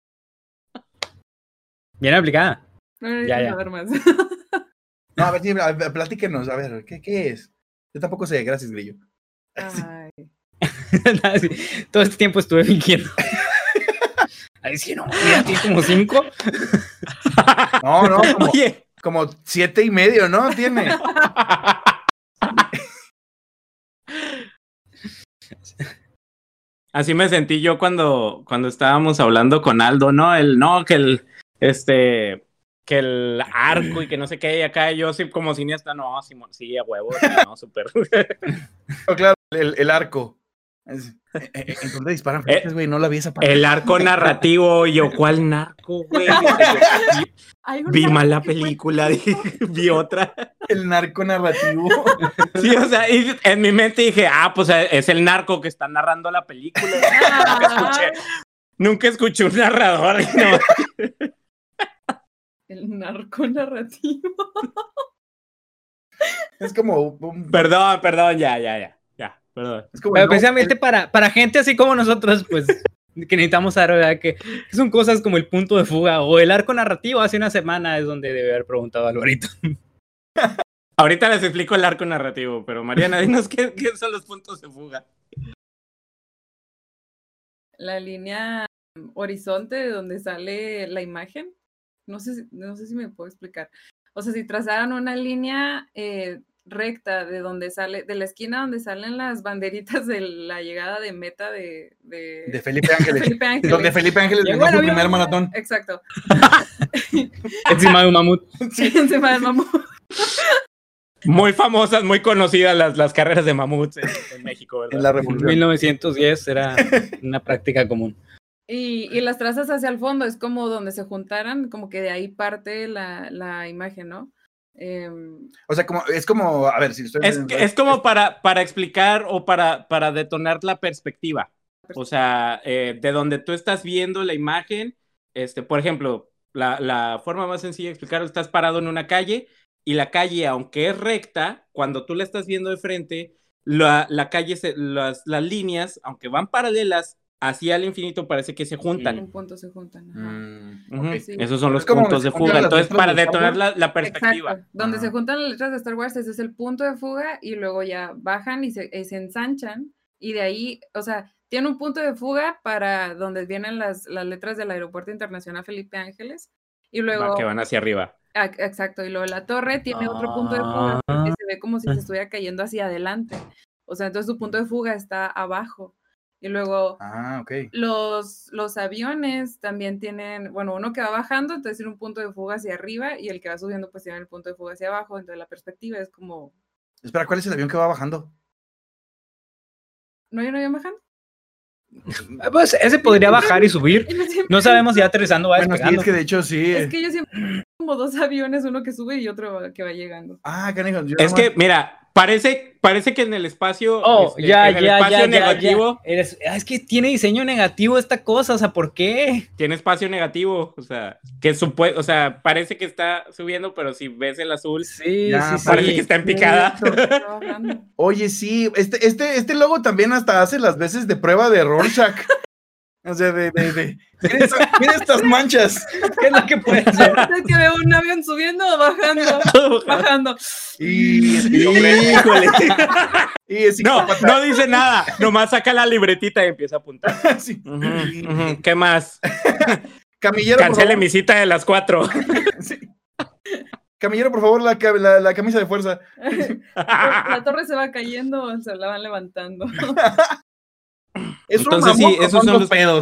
Bien aplicada. No necesito Ya, ya. saber más. No, a ver, sí, a ver, platíquenos, a ver, ¿qué, qué es? Yo tampoco sé, gracias, Grillo. Ay. Sí, todo este tiempo estuve fingiendo. Ahí sí, no, mira, tiene como cinco. No, no, como, Oye, como siete y medio, ¿no? Tiene. así me sentí yo cuando, cuando estábamos hablando con Aldo, ¿no? El no, que el este que el arco y que no sé qué, y acá yo sí como cineasta, no, Simón, sí, a huevo, sí, no, súper. No, claro, el, el arco. Es- eh, eh, ¿En dónde disparan flechas, güey? No la vi esa parte. El arco narrativo, y yo, ¿cuál narco, güey? Vi, Hay un vi narco mal la que fue- película, dije, vi otra. El narco narrativo. Sí, o sea, y en mi mente dije, ah, pues es el narco que está narrando la película. Nunca escuché, nunca escuché un narrador. No. El narco narrativo. Es como un. Perdón, perdón, ya, ya, ya, ya, perdón. Es como Pero el- precisamente para, para gente así como nosotros, pues, que necesitamos saber, ¿verdad? Que son cosas como el punto de fuga o el arco narrativo. Hace una semana es donde debe haber preguntado Alvarito. Ahorita les explico el arco narrativo, pero Mariana, dinos qué, qué son los puntos de fuga. La línea horizonte de donde sale la imagen. No sé, si- no sé si me puedo explicar. O sea, si trazaran una línea eh, recta de donde sale, de la esquina donde salen las banderitas de la llegada de meta de, de, De Felipe Ángeles. Felipe Ángeles. Donde Felipe Ángeles Llegó ganó el su avión. primer maratón. Exacto. Encima de un mamut. Sí, encima del mamut. Muy famosas, muy conocidas las, las carreras de mamuts en, en México, ¿verdad? En la En revolución. mil novecientos diez era una práctica común. Y, y las trazas hacia el fondo, es como donde se juntaran, como que de ahí parte la, la imagen, ¿no? Eh, O sea, como, es como, a ver, si estoy... Es, que- es como para, para explicar o para, para detonar la perspectiva. O sea, eh, de donde tú estás viendo la imagen, este, por ejemplo, la, la forma más sencilla de explicarlo, estás parado en una calle y la calle, aunque es recta, cuando tú la estás viendo de frente, la, la calle, se, las, las líneas, aunque van paralelas, hacia el infinito parece que se juntan. un punto se juntan. Ajá. Mm, Ujú. ok. Sí. Esos son Es los como puntos donde de se juntan fuga. las Entonces, letras para de Star detonar Wars. la, la perspectiva. Exacto. Donde Ajá. se juntan las letras de Star Wars, ese es el punto de fuga y luego ya bajan y se, eh, se ensanchan y de ahí, o sea, tiene un punto de fuga para donde vienen las, las letras del Aeropuerto Internacional Felipe Ángeles y luego, Va, que van hacia arriba. ah, exacto, y luego la torre tiene otro punto de fuga porque se ve como si se estuviera cayendo hacia adelante. O sea, entonces su punto de fuga está abajo. Y luego Ah, ok. los, los aviones también tienen, bueno, uno que va bajando, entonces tiene un punto de fuga hacia arriba y el que va subiendo pues tiene el punto de fuga hacia abajo, entonces la perspectiva es como, Espera, ¿cuál es el avión que va bajando? ¿no hay un avión bajando? Pues ese podría bajar y subir. Yo siempre- No sabemos si ya aterrizando o va Bueno, sí, despegando. es que de hecho sí. Es que yo siempre como dos aviones, uno que sube y otro que va llegando. Ah, canijo. yo Es nada que, mira, parece, parece que en el espacio, Oh, este, ya, en el ya, espacio ya, ya, negativo, ya. Eres- ah, es que tiene diseño negativo esta cosa, o sea, ¿por qué? tiene espacio negativo, o sea, que supue o sea, parece que está subiendo, pero si ves el azul, Sí, Ya, sí, parece sí. que está en picada. Está bajando. Oye, sí, este, este, este logo también hasta hace las veces de prueba de Rorschach. O sea, de, de, de. Mira, esa- mira estas manchas. ¿Qué es lo que puede ser? Es que veo un avión subiendo o bajando, bajando. Y, Híjole. y es No, psicópata. no dice nada, nomás saca la libretita y empieza a apuntar. Sí. Ujú, ujú. ¿Qué más? Camillero, por Cancele favor. mi cita de las cuatro. Sí. Camillero, por favor, la, ca- la, la camisa de fuerza. La torre se va cayendo o se la van levantando. Es un Entonces, mamut sí, con esos son dos los- pedos.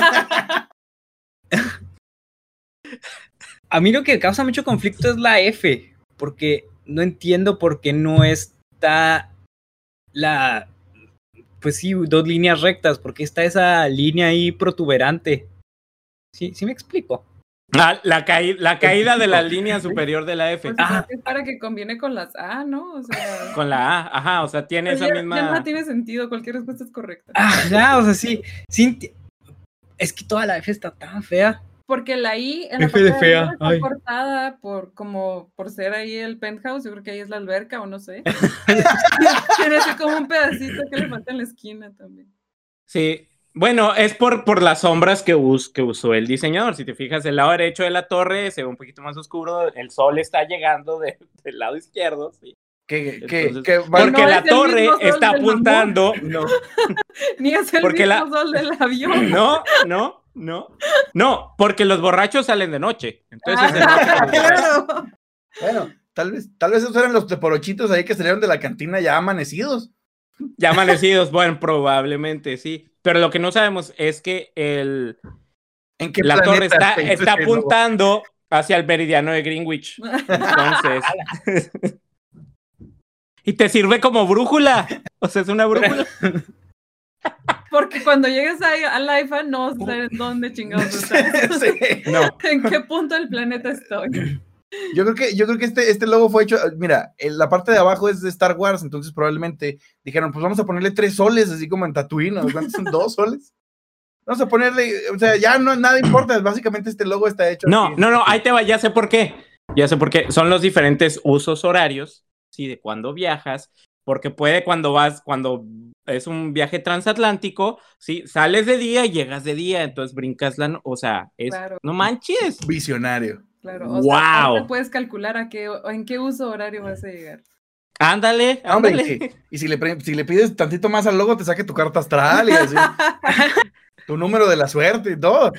A mí lo que causa mucho conflicto es la F, porque no entiendo por qué no está la, pues sí, dos líneas rectas, porque está esa línea ahí protuberante. Sí, sí me explico. Ah, la, caí- la caída de la línea superior de la F. Pues Ah. es para que conviene con las A, ¿no? O sea, Con la A, ajá, o sea, tiene pero esa ya, misma. ya no tiene sentido, cualquier respuesta es correcta. Ah, ya, o sea, sí, sí enti- es que toda la F está tan fea. Porque la I en la F de parte fea, arriba está ay. cortada por como por ser ahí el penthouse, yo creo que ahí es la alberca o no sé. Tiene así como un pedacito que le falta en la esquina también. Sí, bueno, es por, por las sombras que, us- que usó el diseñador. Si te fijas, el lado derecho de la torre se ve un poquito más oscuro, el sol está llegando de- del lado izquierdo, sí. Que, que, Entonces, que Porque no la es el torre mismo sol está del mamut. apuntando. No. Ni es el Porque mismo la- sol del avión. No, no, no. No, porque los borrachos salen de noche. Entonces, Ah, de noche los borrachos- claro. Bueno, tal vez, tal vez esos eran los teporochitos ahí que salieron de la cantina ya amanecidos. ya amanecidos, bueno, probablemente sí. Pero lo que no sabemos es que el, ¿En qué la planeta torre está, se hizo está este logo? apuntando hacia el meridiano de Greenwich. Entonces. Y te sirve como brújula. O sea, es una brújula. Porque cuando llegues ahí al IFA no vas a saber en dónde chingados estás. Sí. No. ¿En qué punto del planeta estoy? Yo creo que, yo creo que este, este logo fue hecho, mira, en la parte de abajo es de Star Wars, entonces probablemente dijeron, pues vamos a ponerle tres soles, así como en Tatooine, ¿no? ¿Cuántos son? ¿Dos soles? Vamos a ponerle, o sea, ya no, nada importa, básicamente este logo está hecho No, así. no, no, ahí te va, ya sé por qué. Ya sé por qué. Son los diferentes usos horarios, sí, de cuando viajas, porque puede cuando vas, cuando es un viaje transatlántico, sí, sales de día y llegas de día, entonces brincas la, no- o sea, es, Claro. no manches. Visionario. Claro, o ¡Wow! sea, ahorita puedes calcular a qué, o en qué uso horario vas a llegar. Ándale, Ah, hombre, y, ándale. si, y si, le, pre- si le pides tantito más al logo, te saque tu carta astral y así. Tu número de la suerte y todo.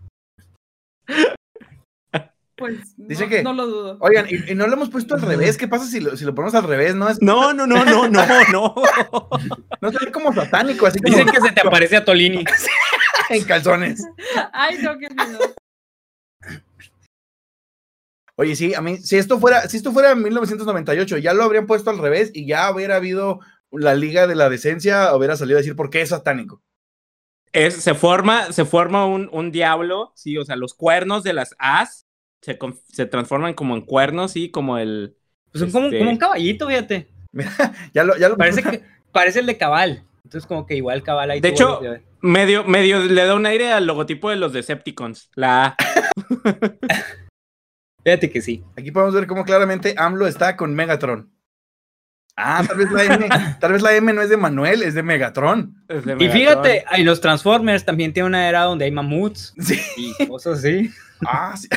Pues Dice no, que- no lo dudo. Oigan, y, y no lo hemos puesto al revés. ¿Qué pasa si lo, si lo ponemos al revés? No es, No, no, no, no, no, no. no se ve como satánico, así como Dicen que se te aparece a Tolini. en calzones. Ay, no, qué miedo. Oye, sí, a mí, si esto fuera, si esto fuera mil novecientos noventa y ocho, ya lo habrían puesto al revés y ya hubiera habido la Liga de la Decencia, hubiera salido a decir por qué es satánico. Es, se forma, se forma un, un diablo, sí, o sea, los cuernos de las as se, se transforman como en cuernos, sí, como el... Pues son como, este... como un caballito, fíjate. Mira, ya lo, ya lo parece, que, parece el de Cabal. Entonces como que igual Cabal ahí... De hecho, los... medio, medio le da un aire al logotipo de los Decepticons, la A. Fíjate que sí. Aquí podemos ver cómo claramente AMLO está con Megatron. Ah, tal vez la M, tal vez la M no es de Manuel, es de Megatron. Es de y Megatron. fíjate, hay los Transformers también tienen una era donde hay mamuts. Sí. Y cosas así. Ah, sí.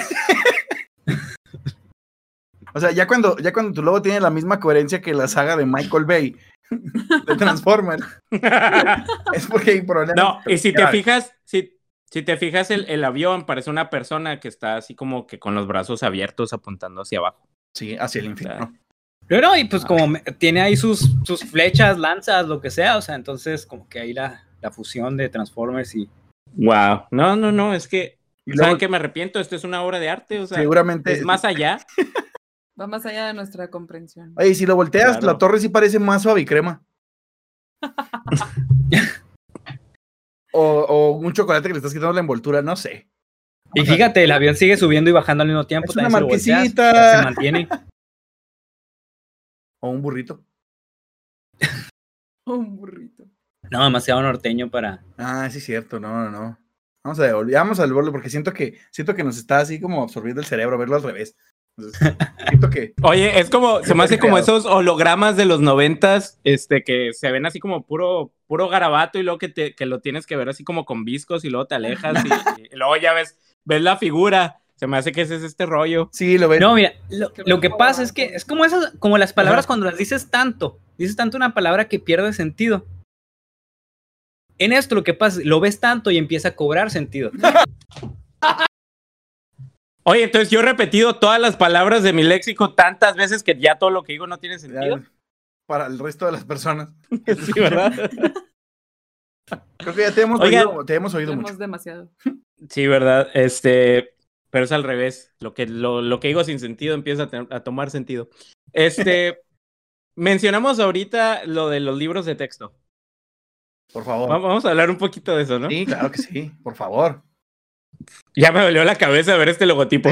O sea, ya cuando, ya cuando tu logo tiene la misma coherencia que la saga de Michael Bay de Transformers, es porque hay problemas. No, y si te fijas, si, si te fijas el, el avión parece una persona que está así como que con los brazos abiertos apuntando hacia abajo. Sí, hacia el infierno. Pero no, y pues como me, tiene ahí sus, sus flechas, lanzas, lo que sea, o sea, entonces como que ahí la, la fusión de Transformers y... Wow, no, no, no, es que, Y luego, ¿saben qué? Me arrepiento, esto es una obra de arte, o sea, seguramente es más allá. Va más allá de nuestra comprensión. Oye, si lo volteas, Claro. la torre sí parece más suavicrema. o, o un chocolate que le estás quitando la envoltura, no sé. Y fíjate, el avión sigue subiendo y bajando al mismo tiempo. Es una también si lo volteas, marquesita. se mantiene. O un burrito. Un burrito. No, demasiado norteño para... Ah, sí es cierto, no, no, no. Vamos a devolver, vamos a devolverlo porque siento que, siento que nos está así como absorbiendo el cerebro, verlo al revés. Entonces, siento que... Oye, es como, se me hace como esos hologramas de los noventas, este, que se ven así como puro, puro garabato y luego que, te, que lo tienes que ver así como con viscos y luego te alejas y, y luego ya ves, ves la figura. Se me hace que ese es este rollo. Sí, lo ven. No, mira, lo, lo que pasa es que es como esas, como las palabras cuando las dices tanto, dices tanto una palabra que pierde sentido. En esto lo que pasa, lo ves tanto y empieza a cobrar sentido. Oye, entonces yo he repetido todas las palabras de mi léxico tantas veces que ya todo lo que digo no tiene sentido. Ya, para el resto de las personas. Sí, ¿verdad? Creo que ya te hemos Oigan, oído, te hemos oído Tenemos mucho. demasiado. Sí, ¿verdad? Este, pero es al revés. Lo que, lo, lo que digo sin sentido empieza a, te, a tomar sentido. Este, mencionamos ahorita lo de los libros de texto. Por favor. Vamos a hablar un poquito de eso, ¿no? Sí, claro que sí, por favor. Ya me dolió la cabeza ver este logotipo.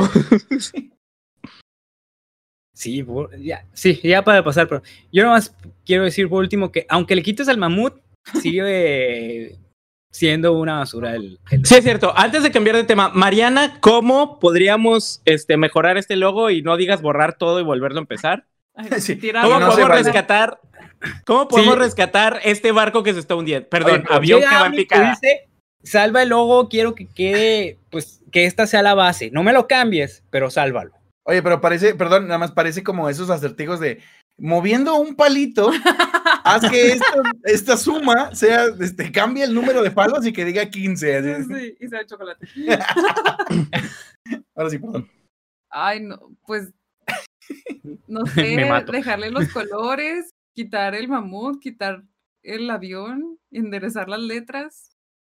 Sí, por, ya, sí, ya para pasar, pero yo nomás quiero decir por último que aunque le quites al mamut, sigue eh, siendo una basura el, el... Sí, es cierto. Antes de cambiar de tema, Mariana, ¿cómo podríamos este, mejorar este logo y no digas borrar todo y volverlo a empezar? Ay, Sí. tirarlo. ¿Cómo no se podemos vale. rescatar? ¿Cómo podemos Sí. rescatar este barco que se está hundiendo? Perdón, Oye, pero avión que Llega va en alguien picada. dice, salva el logo, quiero que quede, pues, que esta sea la base. No me lo cambies, pero sálvalo. Oye, pero parece, perdón, nada más parece como esos acertijos de moviendo un palito, haz que esta, esta suma sea, este, cambie el número de palos y que diga quince. Así. Sí, y sea chocolate. Ahora sí, perdón. Ay, no, pues no Me sé, mato. dejarle los colores, quitar el mamut, quitar el avión, enderezar las letras.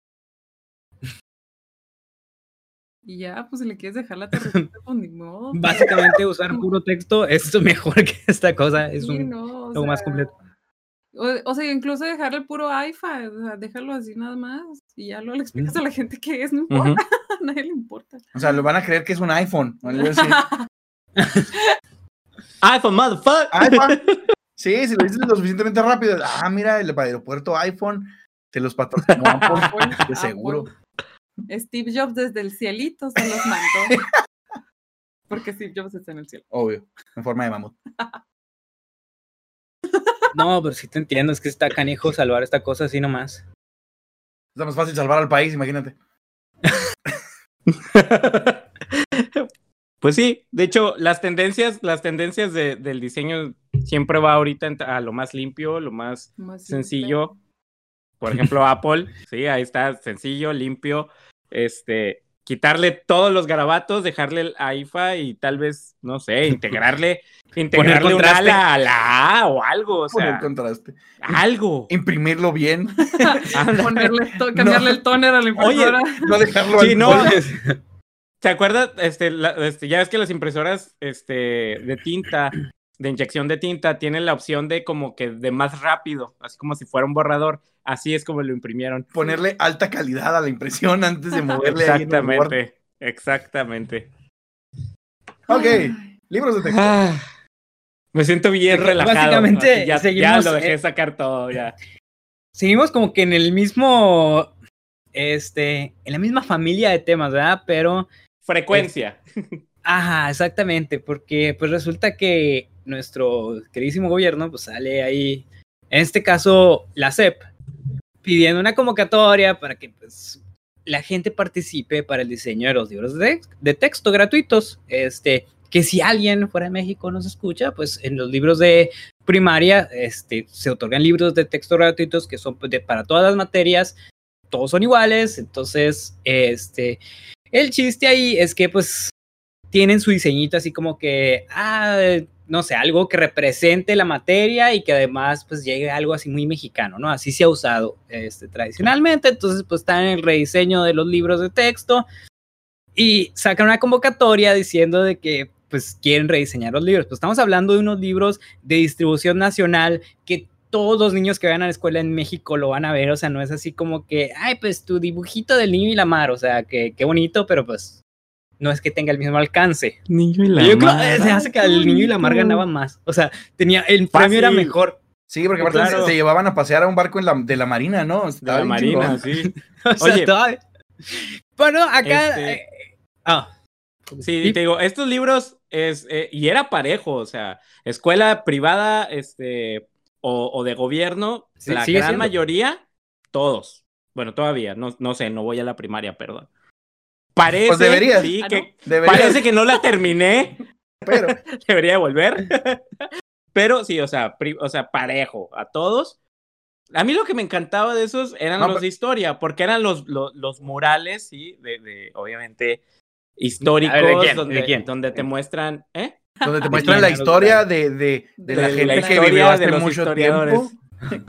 Y ya, pues si le quieres dejar la terrorista, pues ni modo. Básicamente usar puro texto es mejor que esta cosa, es Sí, un no, o logo más sea, completo. O, o sea, incluso dejarle el puro I F A, o sea, déjalo así nada más. Y ya luego le explicas a la gente qué es, no importa, Ujú. a nadie le importa. O sea, lo van a creer que es un iPhone. ¿No? Algo así. iPhone, motherfucker. iPhone. Sí, si lo dices lo suficientemente rápido. Ah, mira, el aeropuerto iPhone te los patrocinó Apple, de Apple. seguro. Steve Jobs desde el cielito se los mandó. Porque Steve Jobs está en el cielo. Obvio, en forma de mamut. No, pero sí te entiendo, es que está canijo salvar esta cosa así nomás. Es más fácil salvar al país, imagínate. Pues sí, de hecho, las tendencias, las tendencias de, del diseño siempre va ahorita en- a lo más limpio, lo más Más sencillo. simple. Por ejemplo, Apple, sí, ahí está, sencillo, limpio, este, quitarle todos los garabatos, dejarle el I F A y tal vez, no sé, integrarle, integrarle un contraste. ala a la A o algo, o Poner sea, contraste. algo. Imprimirlo bien. Anda. Ponerle to- cambiarle No. el tóner a la impresora. No dejarlo Sí, al no. sol. ¿te acuerdas? Este, la, este, ya ves que las impresoras este, de tinta, de inyección de tinta, tienen la opción de como que de más rápido, así como si fuera un borrador. Así es como lo imprimieron. Ponerle alta calidad a la impresión antes de moverle ahí en el Word. Exactamente, exactamente. Ok, libros de texto. Ah, me siento bien Pues, relajado. básicamente, así, ya, seguimos, ya lo dejé eh, sacar todo, ya. Seguimos como que en el mismo, este, en la misma familia de temas, ¿verdad? Pero, Frecuencia. ajá, exactamente, porque pues resulta que nuestro queridísimo gobierno pues sale ahí, en este caso la S E P, pidiendo una convocatoria para que pues la gente participe para el diseño de los libros de, de texto gratuitos, este, que si alguien fuera de México nos escucha, pues en los libros de primaria este, se otorgan libros de texto gratuitos que son de, para todas las materias, todos son iguales, entonces este, el chiste ahí es que pues tienen su diseñito así como que, ah, no sé, algo que represente la materia y que además pues llegue a algo así muy mexicano, ¿no? Así se ha usado este, tradicionalmente, entonces pues está en el rediseño de los libros de texto y sacan una convocatoria diciendo de que pues quieren rediseñar los libros. Pues estamos hablando de unos libros de distribución nacional que todos los niños que vayan a la escuela en México lo van a ver, o sea, no es así como que, ay, pues tu dibujito del niño y la mar, o sea, que qué bonito, pero pues no es que tenga el mismo alcance. Niño y la Yo creo mar. que se hace que el niño y la mar ganaba más, o sea, tenía, el premio era mejor. Sí, porque aparte Claro. se, se llevaban a pasear a un barco en la, de la marina, ¿no? De Estaba la bien marina, chingón. sí. O sea, Oye, todo- bueno, acá... este- eh, ah. Sí, te digo, estos libros es, eh, y era parejo, o sea, escuela privada, este, o, o de gobierno, Sí, la sigue gran siendo. mayoría, todos. Bueno, todavía, no, no sé, no voy a la primaria, perdón. Parece, Pues deberías. sí, Ah, que Deberías, parece que no la terminé, pero debería de volver, pero sí, o sea, pri- o sea, parejo a todos. A mí lo que me encantaba de esos eran No, los pero- de historia, porque eran los, los, los murales, sí, de, de obviamente históricos, A ver, ¿de quién? donde, ¿De quién? donde te muestran, ¿eh? donde te ¿De muestran quién? la A los historia grandes. de, de, de De la de gente la que historia vivió hace de los mucho historiadores. tiempo.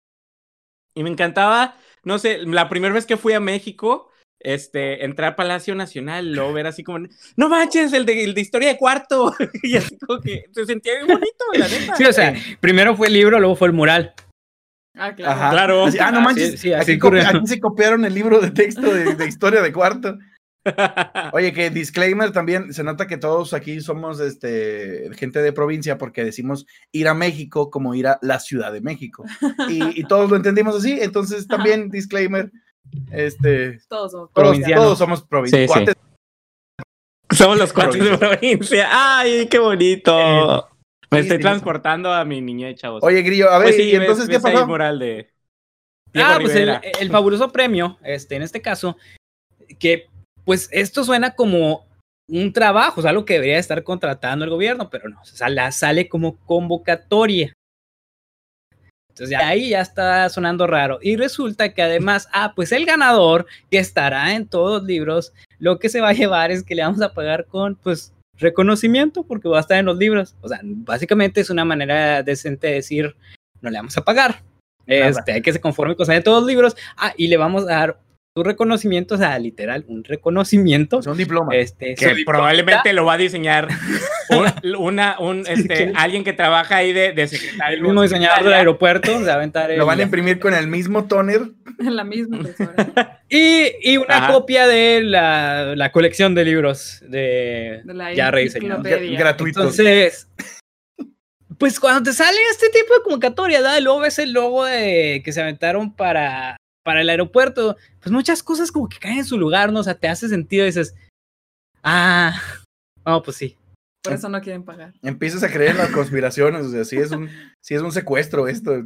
Y me encantaba, no sé, la primera vez que fui a México, este, entrar al Palacio Nacional, luego ver así como, no manches, el de, el de historia de cuarto. Y así como que se sentía bien bonito, la neta. Sí, o sea, primero fue el libro, luego fue el mural. Ah, claro. Ajá. Claro. Así, ah, no Así- manches, sí, así aquí, copi- ocurrió. aquí se copiaron el libro de texto de, de historia de cuarto. Oye, que disclaimer también, se nota que todos aquí somos este, gente de provincia porque decimos ir a México como ir a la Ciudad de México. Y, y todos lo entendimos así, entonces también disclaimer, este, Todos somos todos, Provincianos. todos somos provincianos. Sí, sí. Somos los cuates de provincia. ¡Ay, qué bonito! Me sí, estoy sí. transportando a mi niñez, chavos. Oye, Grillo, a ver, Pues sí, ¿y entonces ves- qué ves ahí pasó? el mural de Diego Ah, pues el, Rivera. el fabuloso premio, este, en este caso, que pues esto suena como un trabajo, o sea, algo que debería estar contratando el gobierno, pero no, o sea, la sale como convocatoria. Entonces ya ahí ya está sonando raro. Y resulta que además, ah, pues el ganador que estará en todos los libros, lo que se va a llevar es que le vamos a pagar con, pues, reconocimiento, porque va a estar en los libros. O sea, básicamente es una manera decente de decir, no le vamos a pagar. Nada. Este, hay que se conforme con en todos los libros. Ah, y le vamos a dar un reconocimiento, o sea, literal, un reconocimiento. O sea, un diploma. Este, Que su diplomita. probablemente lo va a diseñar un, una, un, Sí, este, que- alguien que trabaja ahí de, de secretario. El mismo diseñador del aeropuerto se va a aventar Lo van a el- imprimir con el mismo toner. En la misma impresora. Y, y una Ajá. copia de la, la colección de libros de, De la ya rediseñados. enciclopedia. Gratuito. Entonces, pues cuando te sale este tipo de convocatoria, ¿da? Luego ves el logo de, que se aventaron para, para el aeropuerto, pues muchas cosas como que caen en su lugar, ¿no? O sea, te hace sentido y dices, ah, no, pues sí. Por eso no quieren pagar. Empiezas a creer en las conspiraciones, o sea, sí es un, sí es un secuestro esto.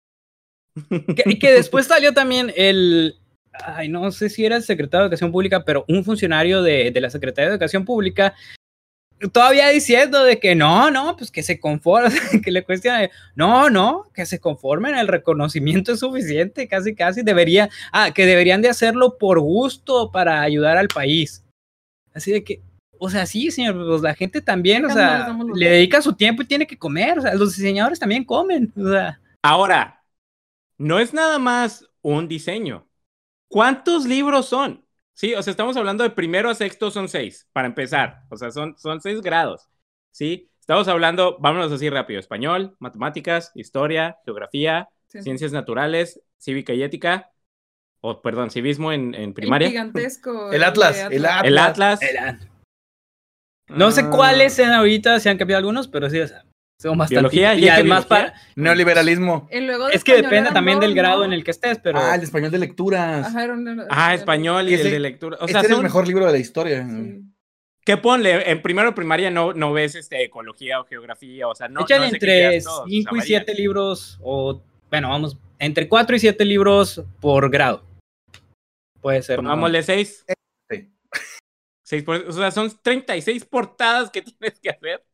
Que- y que después salió también el, ay, no sé si era el secretario de Educación Pública, pero un funcionario de, de la Secretaría de Educación Pública todavía diciendo de que no, no, pues que se conforme, que le cuestionan, no, no, que se conformen, el reconocimiento es suficiente, casi, casi debería, ah, que deberían de hacerlo por gusto para ayudar al país. Así de que, o sea, sí, señor, pues la gente también, o Acá no les sea, damos los le datos. dedica su tiempo y tiene que comer, o sea, los diseñadores también comen, o sea. Ahora, no es nada más un diseño. ¿Cuántos libros son? Sí, o sea, estamos hablando de primero a sexto son seis, para empezar. O sea, son, son seis grados, ¿sí? Estamos hablando, vámonos así rápido, español, matemáticas, historia, geografía, Sí, sí. ciencias naturales, cívica y ética, o perdón, civismo en, en El primaria. gigantesco. El de Atlas, el Atlas. El Atlas. Era- No sé Ah, cuáles sean ahorita, se han cambiado algunos, pero sí, o sea, son bastante. Biología, Y ¿ya que además, biología? para, Neoliberalismo. El luego de es que español depende eran también dos, del grado ¿no? en el que estés, pero Ah, el español de lecturas. Ajá, era un- Ah, español y Ese- el de lectura. O este sea, era el son... mejor libro de la historia. Sí. ¿Qué ponle? En primero de primaria no, no ves este, ecología o geografía, o sea, no, échale no sé qué entre quieras todos, o sea, cinco y varía. siete libros, o bueno, vamos, entre cuatro y siete libros por grado. Puede ser. ¿no? Pongámosle seis. Sí. Seis por- o sea, son treinta y seis portadas que tienes que hacer.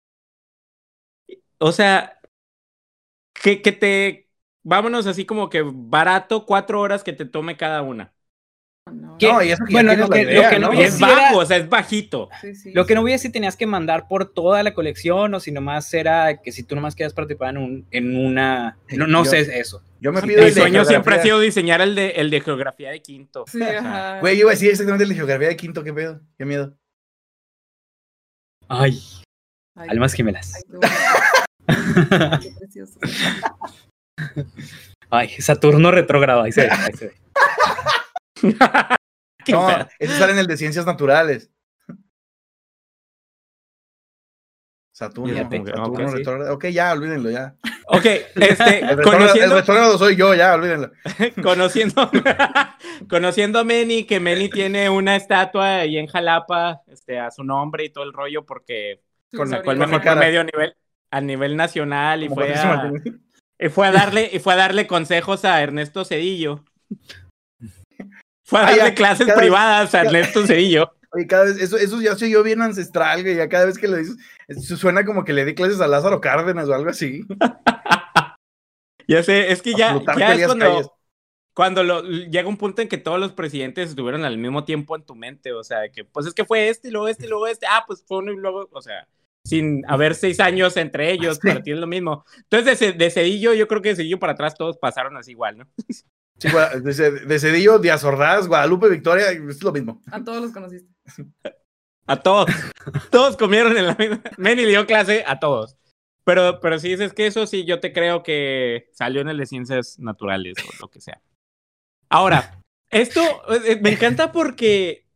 O sea, que, que te... Vámonos así como que barato, cuatro horas que te tome cada una. No, ¿Qué? No, y eso que Bueno, ya lo tienes que- la idea, lo que ¿no? no Y vi es si era- bajo, o sea, es bajito. sí, sí, Lo que no sí. vi es si tenías que mandar por toda la colección o si nomás era que si tú nomás querías participar en, un, en una... No, no Yo- sé eso. Yo me Sí, pido Mi el de sueño siempre ha geografía. sido diseñar el de, el de geografía de quinto. Sí, ajá. Güey, yo iba a decir exactamente el de geografía de quinto, qué pedo, qué miedo. Ay, Ay, almas ay, gemelas. qué bonito. Qué precioso. Ay, Saturno retrógrado, ahí se ve, ahí se ve. Qué No, pedo. ese sale en el de ciencias naturales. Saturno, Fíjate, Saturno ok, sí. retrógrado. Ok, ya, olvídenlo, ya. Ok, este, El retrógrado, el conociendo, retrógrado soy yo, ya, olvídenlo. conociendo, conociendo a Meni, que Meni tiene una estatua ahí en Jalapa, este, a su nombre y todo el rollo, porque Con- sacó el con mejor mi cara. promedio a nivel, a nivel nacional y Como fue Patricio a, Martínez. y fue a darle, y fue a darle consejos a Ernesto Cedillo. Fue a Ah, darle ya, clases cada vez- privadas a Ernesto Cedillo. Oye, cada vez, eso, eso ya soy yo bien ancestral, güey, ya cada vez que lo dices, eso suena como que le di clases a Lázaro Cárdenas o algo así. Ya sé, es que A ya, Plutarco ya es Elías cuando, Calles. cuando lo, llega un punto en que todos los presidentes estuvieron al mismo tiempo en tu mente, o sea, que pues es que fue este y luego este y luego este, ah, pues fue uno y luego, o sea, sin haber seis años entre ellos, Sí. para ti es lo mismo. Entonces, de, Ce- de Cedillo, yo creo que de Cedillo para atrás todos pasaron así igual, ¿no? Sí, gua- de, Ce- de Cedillo, Díaz Ordaz, Guadalupe Victoria, es lo mismo. A todos los conociste. A todos, todos comieron en la misma, Manny le dio clase a todos. Pero, pero si dices que eso sí, yo te creo que salió en el de ciencias naturales o lo que sea. Ahora, esto eh, me encanta porque,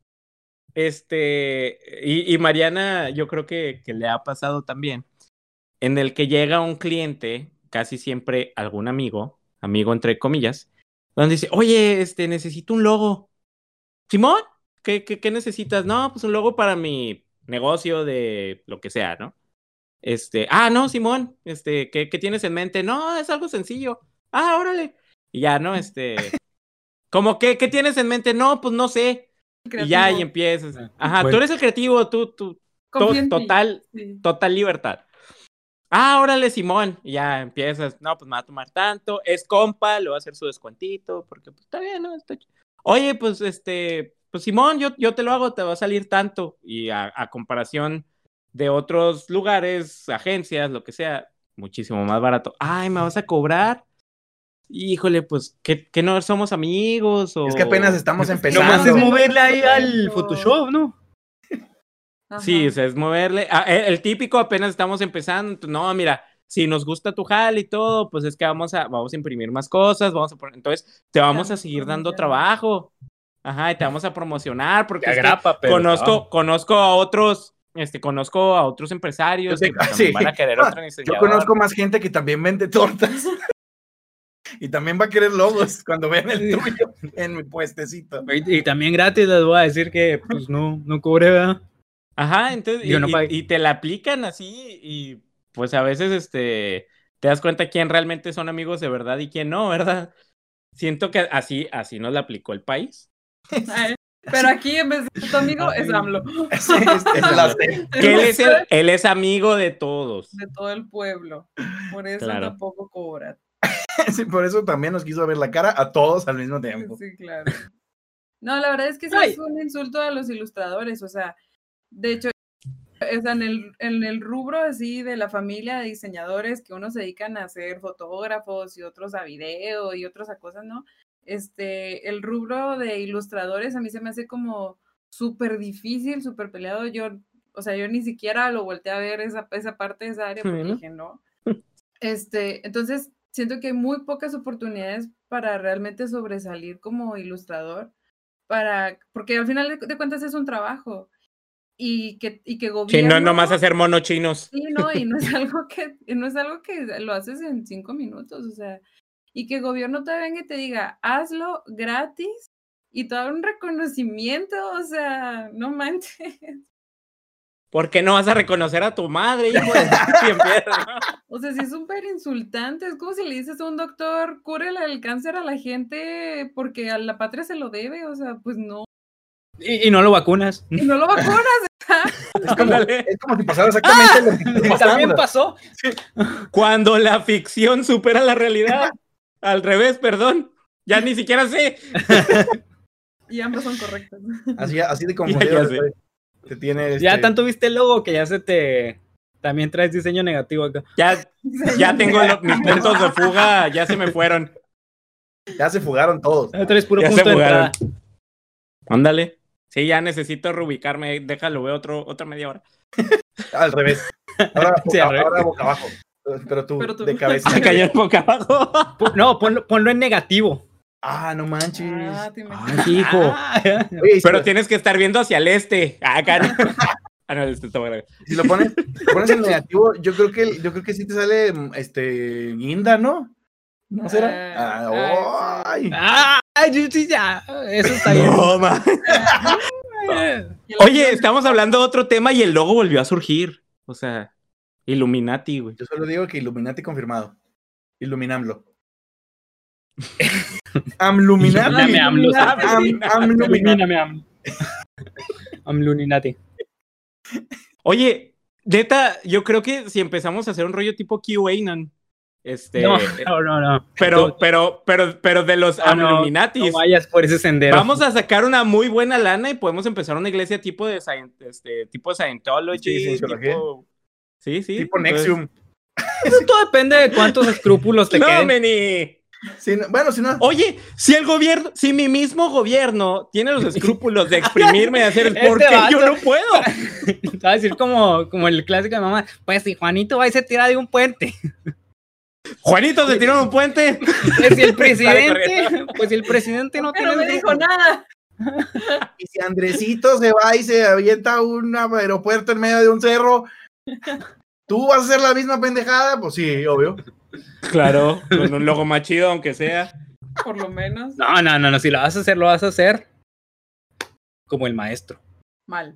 este, y, y Mariana, yo creo que, que le ha pasado también, en el que llega un cliente, casi siempre algún amigo, amigo entre comillas, donde dice, oye, este, necesito un logo. Simón, ¿qué, qué, qué necesitas? No, pues un logo para mi negocio de lo que sea, ¿no? Este, ah, no, Simón, este, ¿qué, qué tienes en mente? No, es algo sencillo. Ah, órale. Y ya, ¿no? Este, ¿cómo qué, qué tienes en mente? No, pues no sé. Y ya, Creativo. y empiezas. Ajá, Bueno. tú eres el creativo, tú, tú, to- Confía en ti. total, Sí. total libertad. Ah, órale, Simón. Y ya empiezas. No, pues me va a tomar tanto. Es compa, le va a hacer su descuentito, porque pues está bien, ¿no? Está ch- Oye, pues este, pues Simón, yo, yo te lo hago, te va a salir tanto. Y a, a comparación de otros lugares, agencias, lo que sea, muchísimo más barato. Ay, ¿me vas a cobrar? Híjole, pues, ¿que, que no somos amigos? O... Es que apenas estamos empezando. Nomás es moverle ahí al Perfecto. Photoshop, ¿no? Ajá. Sí, o sea, es moverle. Ah, el, el típico apenas estamos empezando. entonces, No, mira, si nos gusta tu jal y todo, pues es que vamos a, vamos a imprimir más cosas, vamos a poner, entonces te vamos a Vamos seguir dando promocionar. trabajo. Ajá, y te vamos a promocionar porque Te es que agrapa, pero conozco, trabajo. conozco a otros, este, conozco a otros empresarios Yo te- que pues, también sí. van a querer Ah, otro Yo diseñador. conozco más gente que también vende tortas. Y también va a querer logos cuando vean el tuyo en mi puestecito. Y, y también gratis les voy a decir que pues no, no cobré, ¿verdad? Ajá, entonces, y, Yo no y- pagué. y te la aplican así, y pues a veces este te das cuenta quién realmente son amigos de verdad y quién no, ¿verdad? Siento que así, así nos la aplicó el país. Ay, pero aquí en vez de tu amigo es AMLO. Sí, es- es la- Que él es, el- él es amigo de todos. De todo el pueblo. Por eso Claro. tampoco cobra. sí, por eso también nos quiso ver la cara a todos al mismo tiempo. Sí, claro. No, la verdad es que eso Ay. es un insulto a los ilustradores. O sea, de hecho, o sea, en el, en el rubro así de la familia de diseñadores que unos se dedican a ser fotógrafos y otros a video y otros a cosas, ¿no? este, el rubro de ilustradores a mí se me hace como súper difícil, súper peleado. Yo, o sea, yo ni siquiera lo volteé a ver esa, esa parte de esa área porque Bueno. dije, no. Este, entonces, siento que hay muy pocas oportunidades para realmente sobresalir como ilustrador, para, porque al final de, de cuentas es un trabajo y que, y que Sí, gobierno... no es nomás hacer monos chinos. Sí, no, y no es algo que, no es algo que lo haces en cinco minutos, o sea, y que el gobierno te venga y te diga, hazlo gratis y te da un reconocimiento, o sea, no manches. ¿Por qué no vas a reconocer a tu madre, hijo de bien piedra, ¿no? O sea, sí es súper insultante, es como si le dices a un doctor, cúrele el cáncer a la gente porque a la patria se lo debe, o sea, pues no. Y, y no lo vacunas. Y no lo vacunas, Es como, Ándale. es como si pasara exactamente lo que está También pasando. pasó. Cuando la ficción supera la realidad. Al revés, perdón. Ya ni siquiera sé. y ambas son correctas. Así, así de confundido Ya, ya sé. te, te tiene. Ya este, tanto viste el logo que ya se te... También traes diseño negativo acá. Ya, ya tengo lo- mis puntos de fuga, ya se me fueron. Ya se fugaron todos. Ya traes puro Ya punto se de fugaron. entrada. Ándale. Sí, ya necesito reubicarme. Déjalo, veo otro, otra media hora. Al revés. Ahora, Sí, al revés. ahora boca abajo. Pero tú, Pero tú. de cabeza. Se cayó boca abajo. Po- No, ponlo, ponlo en negativo. Ah, no manches. Ah, te imaginas. Ay, hijo. Ah, ya. Oye, y si, Pero lo, tienes que estar viendo hacia el este. Acá. no. Ah, no, este está bueno. si lo pones, lo pones en negativo, yo creo que yo creo que sí te sale este guinda, ¿no? ¿No será? Ah, Ah, ay, sí. ay. Ah, yo sí, ya. Eso está bien. No, ma. Oye, estamos hablando de otro tema y el logo volvió a surgir. O sea, Illuminati, güey. Yo solo digo que Illuminati confirmado. Iluminamlo. Amluminati. Illuminame, AMLO. Am- Amluminati. Ilumíname, am. Amluminati. Oye, neta, yo creo que si empezamos a hacer un rollo tipo QAnon, este, No, no, no, no. pero, No, pero, pero, pero de los no, no, Amluminatis, no vayas por ese sendero. vamos a sacar una muy buena lana y podemos empezar una iglesia tipo de Scient- este, tipo Scientology, Sí, cienciología. tipo, sí, sí, Tipo entonces- Nexium. Todo depende de cuántos escrúpulos te No, queden. meni. Sí, no- bueno, si no. Oye, si el gobierno, si mi mismo gobierno tiene los escrúpulos de exprimirme y hacer, Este ¿por qué vato. yo no puedo? Te va a decir como, como el clásico de mamá, pues si Juanito va y se tira de un puente. Juanito se tiró en un puente. Pues si el presidente, pues si el presidente no Pero tiene me dijo escrúpulos. nada. Y si Andresito se va y se avienta a un aeropuerto en medio de un cerro, ¿tú vas a hacer la misma pendejada? Pues sí, obvio. Claro, con un logo más chido, aunque sea. Por lo menos. No, no, no, no, si lo vas a hacer, lo vas a hacer como el maestro. Mal.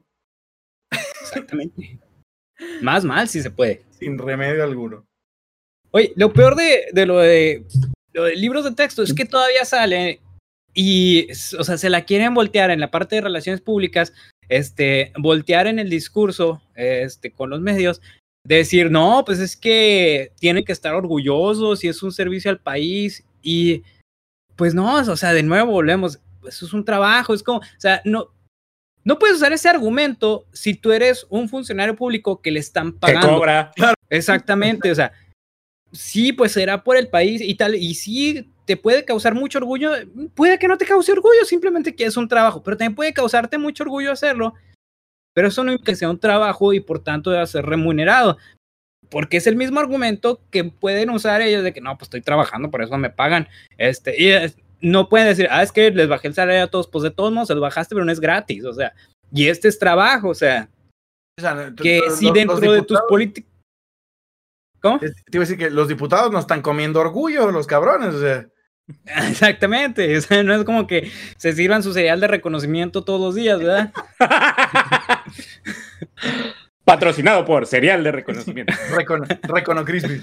Exactamente. Más mal si se puede. Sin remedio alguno. Oye, lo peor de, de lo de lo de libros de texto es que todavía sale y, o sea, se la quieren voltear en la parte de relaciones públicas, este, voltear en el discurso, este, con los medios, de decir, no, pues es que tienen que estar orgullosos y es un servicio al país y, pues no, o sea, de nuevo volvemos, eso es un trabajo, es como, o sea, no, no puedes usar ese argumento si tú eres un funcionario público que le están Que pagando. cobra. Exactamente, o sea, sí, pues será por el país y tal, y sí te puede causar mucho orgullo, puede que no te cause orgullo, simplemente que es un trabajo, pero también puede causarte mucho orgullo hacerlo, pero eso no implica que sea un trabajo y por tanto debe ser remunerado, porque es el mismo argumento que pueden usar ellos de que no, pues estoy trabajando, por eso me pagan, este, y es, no pueden decir, ah, es que les bajé el salario a todos, pues de todos modos se lo bajaste, pero no es gratis, o sea, y este es trabajo, o sea, O sea, que los- si los dentro de tus diputados- políticas... ¿Cómo? Te iba a decir que los diputados no están comiendo orgullo, los cabrones. O sea, Exactamente, o sea, no es como que se sirvan su cereal de reconocimiento todos los días, ¿verdad? Patrocinado por Cereal de Reconocimiento. recono, recono crispy.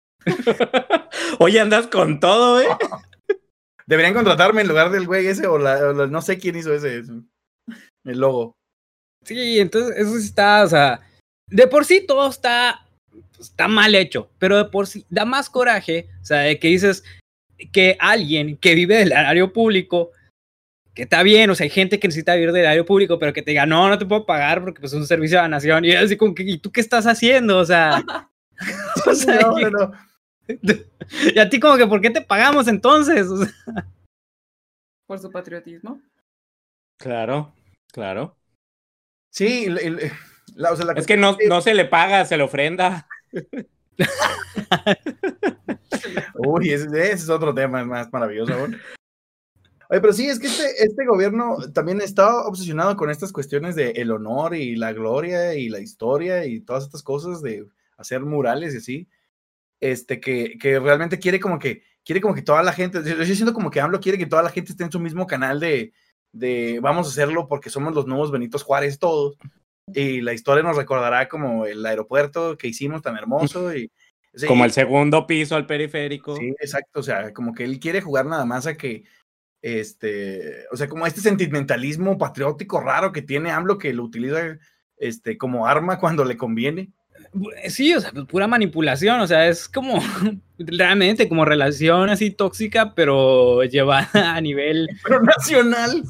Oye, andas con todo, ¿eh? Deberían contratarme en lugar del güey ese o, la, o la- no sé quién hizo ese, ese, el logo. Sí, entonces eso sí está, o sea, de por sí todo está, está mal hecho, pero de por sí da más coraje, o sea, de que dices que alguien que vive del erario público, que está bien, o sea, hay gente que necesita vivir del erario público, pero que te diga, no, no te puedo pagar porque pues, es un servicio a la nación, y así como que, ¿y tú qué estás haciendo? O sea, o sea, No, y- no, no. y a ti como que, ¿por qué te pagamos entonces? O sea, por su patriotismo. Claro, claro. Sí, el, el, la, o sea, la es que no, no se le paga, se le ofrenda. Uy, ese, ese es otro tema más maravilloso. ¿no? Oye, pero sí, es que este, este gobierno también está obsesionado con estas cuestiones de el honor y la gloria y la historia y todas estas cosas de hacer murales y así, este, que, que realmente quiere como que, quiere como que toda la gente, yo, yo siento como que AMLO quiere que toda la gente esté en su mismo canal de, de vamos a hacerlo porque somos los nuevos Benitos Juárez todos, y la historia nos recordará como el aeropuerto que hicimos tan hermoso y o sea, como y, el segundo piso al periférico. Sí, exacto, o sea, como que él quiere jugar nada más a que este, o sea, como este sentimentalismo patriótico raro que tiene AMLO que lo utiliza este, como arma cuando le conviene. Sí, o sea, pura manipulación, o sea, es como realmente como relación así tóxica, pero llevada a nivel pero nacional.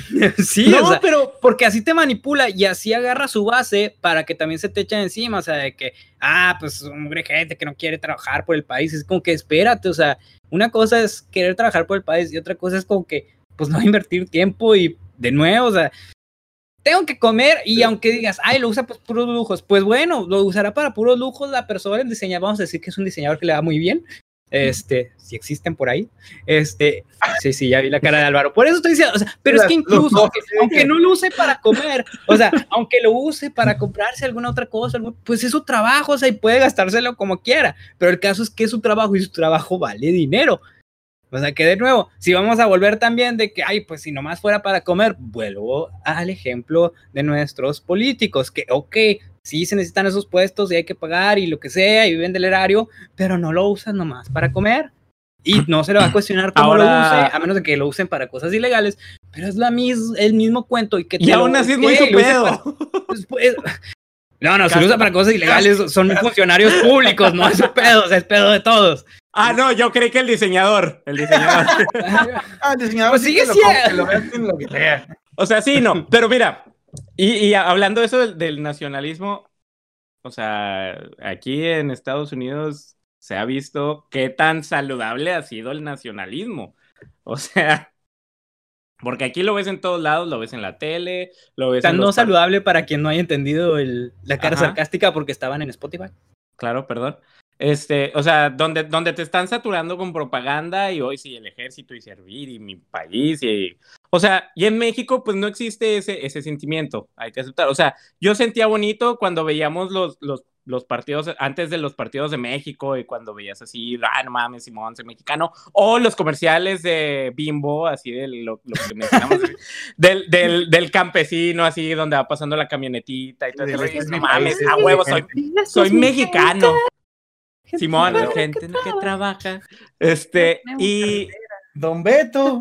Sí, no, o sea, pero porque así te manipula y así agarra su base para que también se te echen encima, o sea, de que, ah, pues hombre, gente que no quiere trabajar por el país, es como que espérate, o sea, una cosa es querer trabajar por el país y otra cosa es como que, pues no invertir tiempo y de nuevo, o sea, tengo que comer y aunque digas, ay, lo usa pues puros lujos, pues bueno, lo usará para puros lujos la persona, el diseñador, vamos a decir que es un diseñador que le va muy bien, este, si existen por ahí, este, sí, sí, ya vi la cara de Álvaro, por eso estoy diciendo, o sea, pero es que incluso, aunque, aunque no lo use para comer, o sea, aunque lo use para comprarse alguna otra cosa, pues es su trabajo, o sea, y puede gastárselo como quiera, pero el caso es que es su trabajo y su trabajo vale dinero. O sea, que de nuevo, si vamos a volver también de que, ay, pues si nomás fuera para comer, vuelvo al ejemplo de nuestros políticos, que, ok, sí se necesitan esos puestos y hay que pagar y lo que sea, y viven del erario, pero no lo usan nomás para comer. Y no se le va a cuestionar cómo Ahora... lo use, a menos de que lo usen para cosas ilegales, pero es la mis, el mismo cuento. Y, que y aún así es muy su pedo. Para, pues, no, no, si lo usa para cosas ilegales, son funcionarios públicos, no es su pedo, o sea, es pedo de todos. Ah, no, yo creí que el diseñador. El diseñador. ah, el diseñador pues sí sigue que, siendo... lo, que lo vean lo que sea. O sea, sí, no. Pero mira, y, y hablando de eso del, del nacionalismo, o sea, aquí en Estados Unidos se ha visto qué tan saludable ha sido el nacionalismo. O sea, porque aquí lo ves en todos lados, lo ves en la tele, lo ves tan en no los saludable para quien no haya entendido el, la cara Ajá. sarcástica porque estaban en Spotify. Claro, perdón. Este, o sea, donde, donde te están saturando con propaganda y hoy sí el ejército y servir y mi país y... O sea, y en México pues no existe ese, ese sentimiento, hay que aceptar. O sea, yo sentía bonito cuando veíamos los, los, los partidos, antes de los partidos de México y cuando veías así, ah, no mames, Simón, soy mexicano, o los comerciales de Bimbo, así de lo, lo que mencionamos, del, del, del campesino, así donde va pasando la camionetita y todo eso. No mames, a huevo, soy, soy mexicano. Simón, la gente que trabaja. Este, y. Don Beto.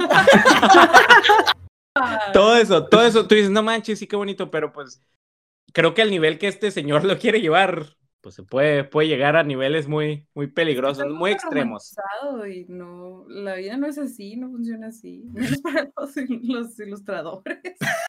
todo eso, todo eso. Tú dices, no manches, sí, qué bonito, pero pues creo que al nivel que este señor lo quiere llevar, pues se puede, puede llegar a niveles muy, muy peligrosos, es muy extremos. Y no, la vida no es así, no funciona así. Menos para los, los ilustradores.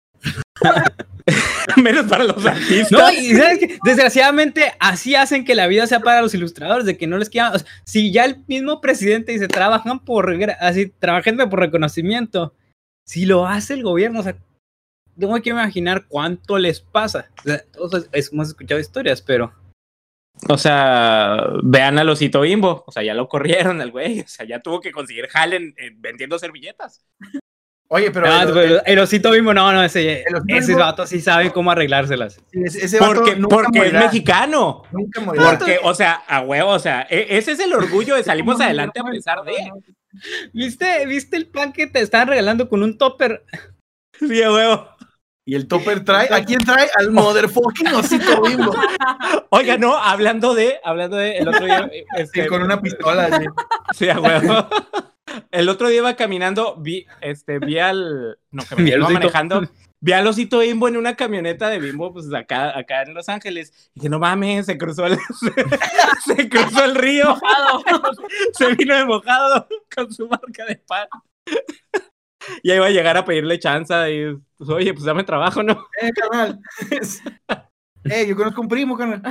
Menos para los artistas. No, y ¿sabes qué? Desgraciadamente así hacen que la vida sea para los ilustradores, de que no les quieran, o sea, si ya el mismo presidente dice, trabajan por, así, trabajen por reconocimiento, si lo hace el gobierno, o sea, tengo que imaginar cuánto les pasa. O sea, todos hemos escuchado historias, pero... O sea, vean al Osito Bimbo, o sea, ya lo corrieron al güey, o sea, ya tuvo que conseguir jale en, en, vendiendo servilletas. Oye, pero... No, el, el, el Osito Bimbo, no, no, ese, ese Bimbo, vato sí sabe cómo arreglárselas. Ese, ese vato porque porque es mexicano. Nunca morirá. Porque, o sea, a huevo, o sea, ese es el orgullo de salimos adelante a pesar de... ¿Viste, ¿Viste el pan que te estaban regalando con un topper? Sí, a huevo. Y el topper trae, ¿a quién trae? Al motherfucking Osito Bimbo. Oiga, no, hablando de, hablando de, el otro día... Este, sí, con una pistola, sí. Sí, a huevo. El otro día iba caminando, vi, este, vi al, no, que me iba manejando, vi al Osito Bimbo en una camioneta de Bimbo, pues acá, acá en Los Ángeles, y que no mames, se cruzó el, se, se cruzó el río, se vino de mojado con su marca de pan. Ya iba a llegar a pedirle chanza y, pues, oye, pues dame trabajo, ¿no? Eh, carnal. Eh, yo conozco un primo, carnal.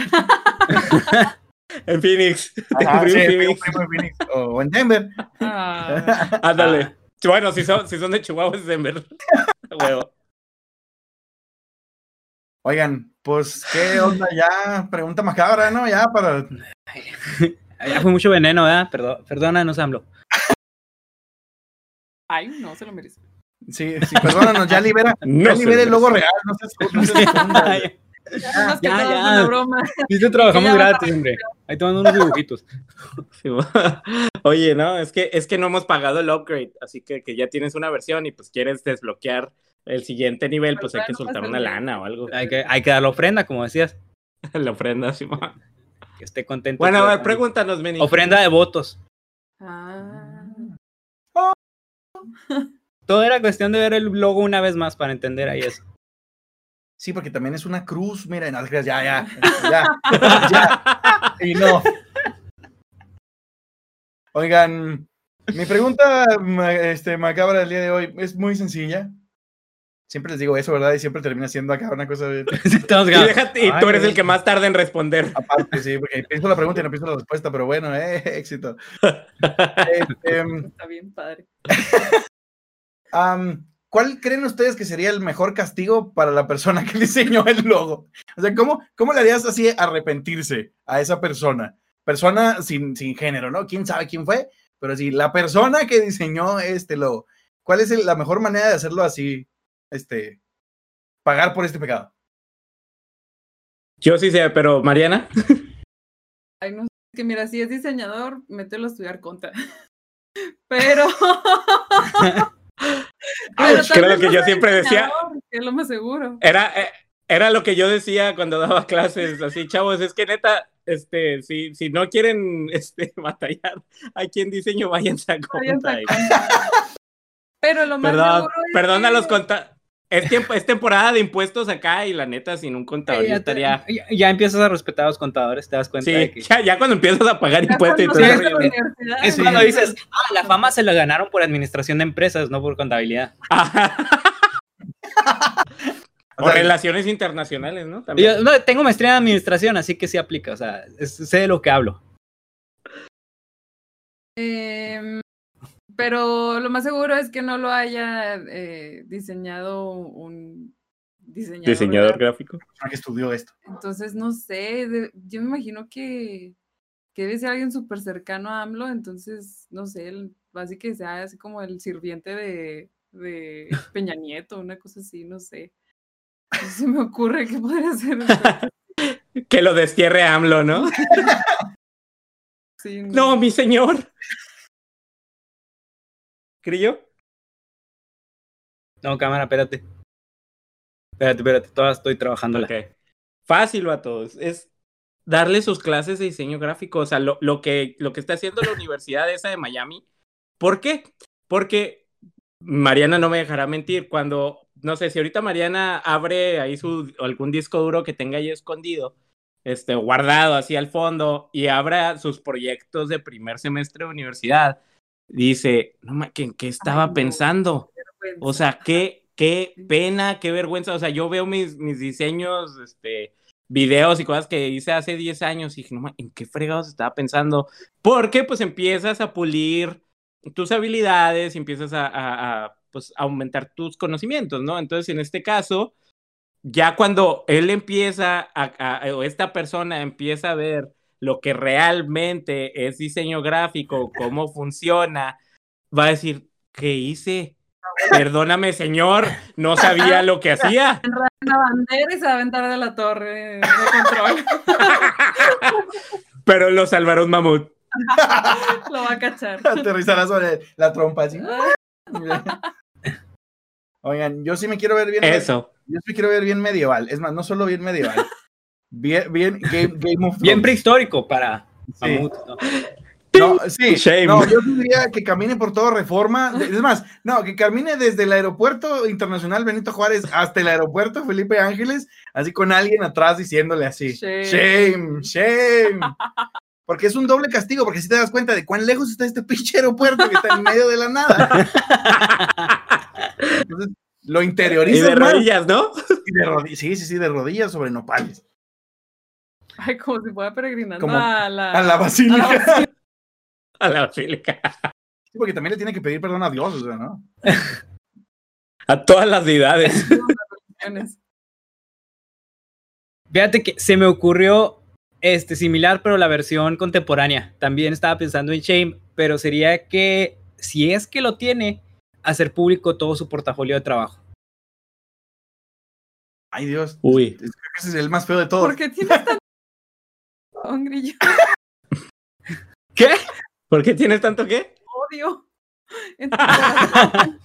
En Phoenix. Ajá, en sí, Phoenix. Primo en Phoenix. O en Denver. Ah. Ándale. Bueno, si son, si son de Chihuahua es Denver. Huevo. Oigan, pues, ¿qué onda ya? Pregunta macabra, ¿no? Ya para... Ya fue mucho veneno, ¿verdad? Perdón, perdónanos, AMLO. Ay, no, se lo merece. Sí, sí, perdónanos, ya libera, No ya se libera el lo logo merece. real, no se, no se esconda. Ya, nomás que ya, todo ya. es una broma. Sí, estoy trabajando Ya va gratis, hombre. Ahí tomando unos dibujitos. Sí, oye, no, es que, es que no hemos pagado el upgrade, así que, que ya tienes una versión y pues quieres desbloquear el siguiente nivel, pues hay que soltar una lana o algo. Hay que, hay que dar la ofrenda, como decías. La ofrenda, sí. Que esté contento. Bueno, a ver, Con- pregúntanos, Meni. Ofrenda de votos. Ah. Todo era cuestión de ver el logo una vez más para entender ahí eso. Sí, porque también es una cruz, mira, no, ya, ya, ya, ya, y no. Oigan, mi pregunta ma- este, macabra del día de hoy es muy sencilla. Siempre les digo eso, ¿verdad? Y siempre termina siendo acá una cosa de... Estamos Y, ganando. déjate, y Ay, tú eres güey. el que más tarda en responder. Aparte, sí, porque pienso la pregunta y no pienso la respuesta, pero bueno, eh, éxito. Este, Está bien padre. Am, ¿cuál creen ustedes que sería el mejor castigo para la persona que diseñó el logo? O sea, ¿cómo, cómo le harías así arrepentirse a esa persona? Persona sin, sin género, ¿no? ¿Quién sabe quién fue? Pero sí, la persona que diseñó este logo. ¿Cuál es el- la mejor manera de hacerlo así? Este, pagar por este pecado. Yo sí sé, pero Mariana. Ay, no sé, que mira, si es diseñador, mételo a estudiar conta. Pero. Pero Ouch, tal que era vez lo que no yo sea siempre decía. diseñador, que es lo más seguro. Era, eh, era lo que yo decía cuando daba clases, así, chavos, es que neta, este, si, si no quieren este, batallar aquí en diseño, váyanse a Váyanse a conta. conta. Pero lo más Perdón, seguro es perdón a que- los conta. Es, tiempo, es temporada de impuestos acá y la neta, sin un contador yo Ya, te- estaría... ya- ya empiezas a respetar a los contadores, te das cuenta de Sí, que... ya, ya cuando empiezas a pagar ya impuestos y cuando todo ese sales de la rollo. universidad, Es Sí. cuando dices, ah, la fama se la ganaron por administración de empresas, no por contabilidad. O O sea, relaciones internacionales, ¿no? También. Yo, no, tengo maestría en administración, así que sí aplica, o sea, es- sé de lo que hablo. Em, pero lo más seguro es que no lo haya eh, diseñado un diseñador. Diseñador gráfico. gráfico. persona que estudió esto. Entonces, no sé, de- yo me imagino que, que debe ser alguien súper cercano a AMLO, entonces, no sé, el- así que sea así como el sirviente de, de Peña Nieto, una cosa así, no sé. No se me ocurre que podría ser. Que lo destierre AMLO, ¿no? Sí, No, mi señor. ¿Crillo? No, cámara, espérate. Espérate, espérate, todavía estoy trabajando. Ok. Fácil, vatos. Es darle sus clases de diseño gráfico. O sea, lo, lo, que, lo que está haciendo la universidad esa de Miami. ¿Por qué? Porque Mariana no me dejará mentir. Cuando, no sé, si ahorita Mariana abre ahí su algún disco duro que tenga ahí escondido, este, guardado así al fondo, y abra sus proyectos de primer semestre de universidad, dice, no, ma, ¿en qué estaba Ay, no, pensando? qué vergüenza. O sea, qué, qué pena, qué vergüenza. O sea, yo veo mis, mis diseños, este, videos y cosas que hice hace diez años y dije, no, ¿en qué fregados estaba pensando? Porque pues empiezas a pulir tus habilidades y empiezas a, a, a pues, aumentar tus conocimientos, ¿no? Entonces, en este caso, ya cuando él empieza, a, a, o esta persona empieza a ver lo que realmente es diseño gráfico, cómo funciona, va a decir, ¿qué hice? Perdóname, señor, no sabía lo que hacía. Una bandera y se va a aventar de la torre de control. Pero lo salvará un mamut. Lo va a cachar. Aterrizará sobre la trompa así. Oigan, yo sí me quiero ver bien. Eso. Yo sí quiero ver bien medieval. Es más, no solo bien medieval. Bien, bien Game, Game of Bien Thrones. prehistórico para Sí. mamut, ¿no? No, sí, Shame. no, yo diría que camine por todo Reforma. Es más, no, que camine desde el aeropuerto internacional Benito Juárez hasta el aeropuerto Felipe Ángeles, así con alguien atrás diciéndole así, Shame. shame, shame. Porque es un doble castigo, porque si te das cuenta de cuán lejos está este pinche aeropuerto que está en medio de la nada. Entonces, lo Y interiorizas de más. rodillas, ¿no? Y de rodillas, sí, sí, sí, de rodillas sobre nopales. Ay, como si fuera peregrinando Como a la, A la basílica. a la basílica. A la basílica. Sí, porque también le tiene que pedir perdón a Dios, o sea, ¿no? A todas las deidades. Fíjate que se me ocurrió este similar, pero la versión contemporánea. También estaba pensando en Shame, pero sería que, si es que lo tiene, hacer público todo su portafolio de trabajo. Ay, Dios. Uy. Creo que ese es el más feo de todos. ¿Por qué tienes tanto grillo? ¿Qué? ¿Por qué tienes tanto qué? Odio. En tu corazón.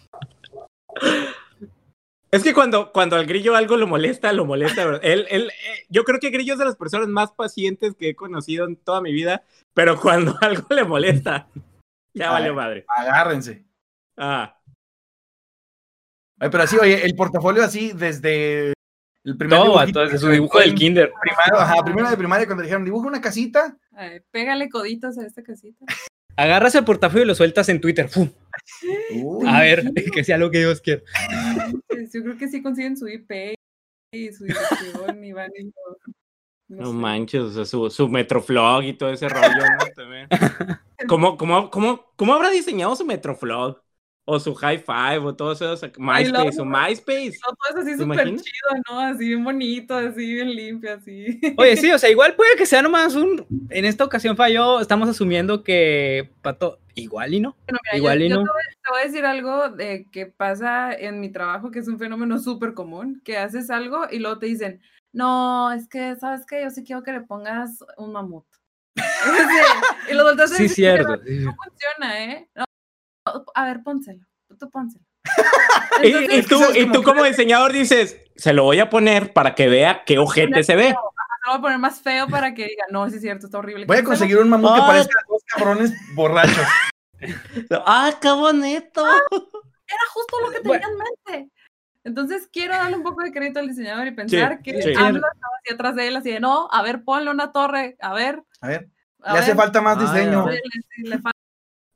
Es que cuando, cuando al grillo algo lo molesta, lo molesta. ¿verdad? Él, él, eh, yo creo que Grillo es de las personas más pacientes que he conocido en toda mi vida, pero cuando algo le molesta, ya A valió ver, madre. Agárrense. Ah, Ay, pero así, oye, el portafolio así desde el primer Todo, dibujito todo, que su se dibujo aventó del en kinder. Primero, ajá, primero de primaria cuando dijeron, dibuja una casita. Ay, pégale coditos a esta casita. Agarras el portafolio y lo sueltas en Twitter. ¡Fum! Uy, A ver, que sea lo que Dios quiera. Yo creo que sí consiguen su I P y su dirección y van y lo- no sé. manches, o sea, su, su Metroflog y todo ese rollo, ¿no? También. ¿Cómo, cómo, cómo, ¿Cómo habrá diseñado su Metroflog? O su High Five, o todo eso, o sea, Ay, lo MySpace, o amo. MySpace. No, todo es así ¿Te súper imaginas? chido, ¿no? Así bien bonito, así bien limpio, así. Oye, sí, o sea, igual puede que sea nomás un... En esta ocasión falló, estamos asumiendo que Pato... Igual y no. Bueno, mira, Igual yo, y yo no. te, voy, te voy a decir algo de que pasa en mi trabajo, que es un fenómeno súper común, que haces algo y luego te dicen, no, es que, ¿sabes qué? Yo sí quiero que le pongas un mamut. Sí, y lo volteas a Sí, decir, cierto. pero no funciona, ¿eh? No, a ver, pónselo, tú pónselo. Y, Entonces, y es que tú, sabes y como tú que- como diseñador dices, se lo voy a poner para que vea qué ojete se ve. lo voy a poner más feo para que diga, no, sí es cierto, está horrible. Voy a quítaselo. conseguir un mamut que Ah. parezca a dos cabrones borrachos. ¡Ah, qué bonito! Era justo lo que tenía Bueno. en mente. Entonces quiero darle un poco de crédito al diseñador y pensar Sí, que sí. AMLO estaba así atrás de él, así de no, a ver, ponle una torre, a ver. A ver, A le hace ver, falta más Ay, diseño. a ver. le- le- le falta-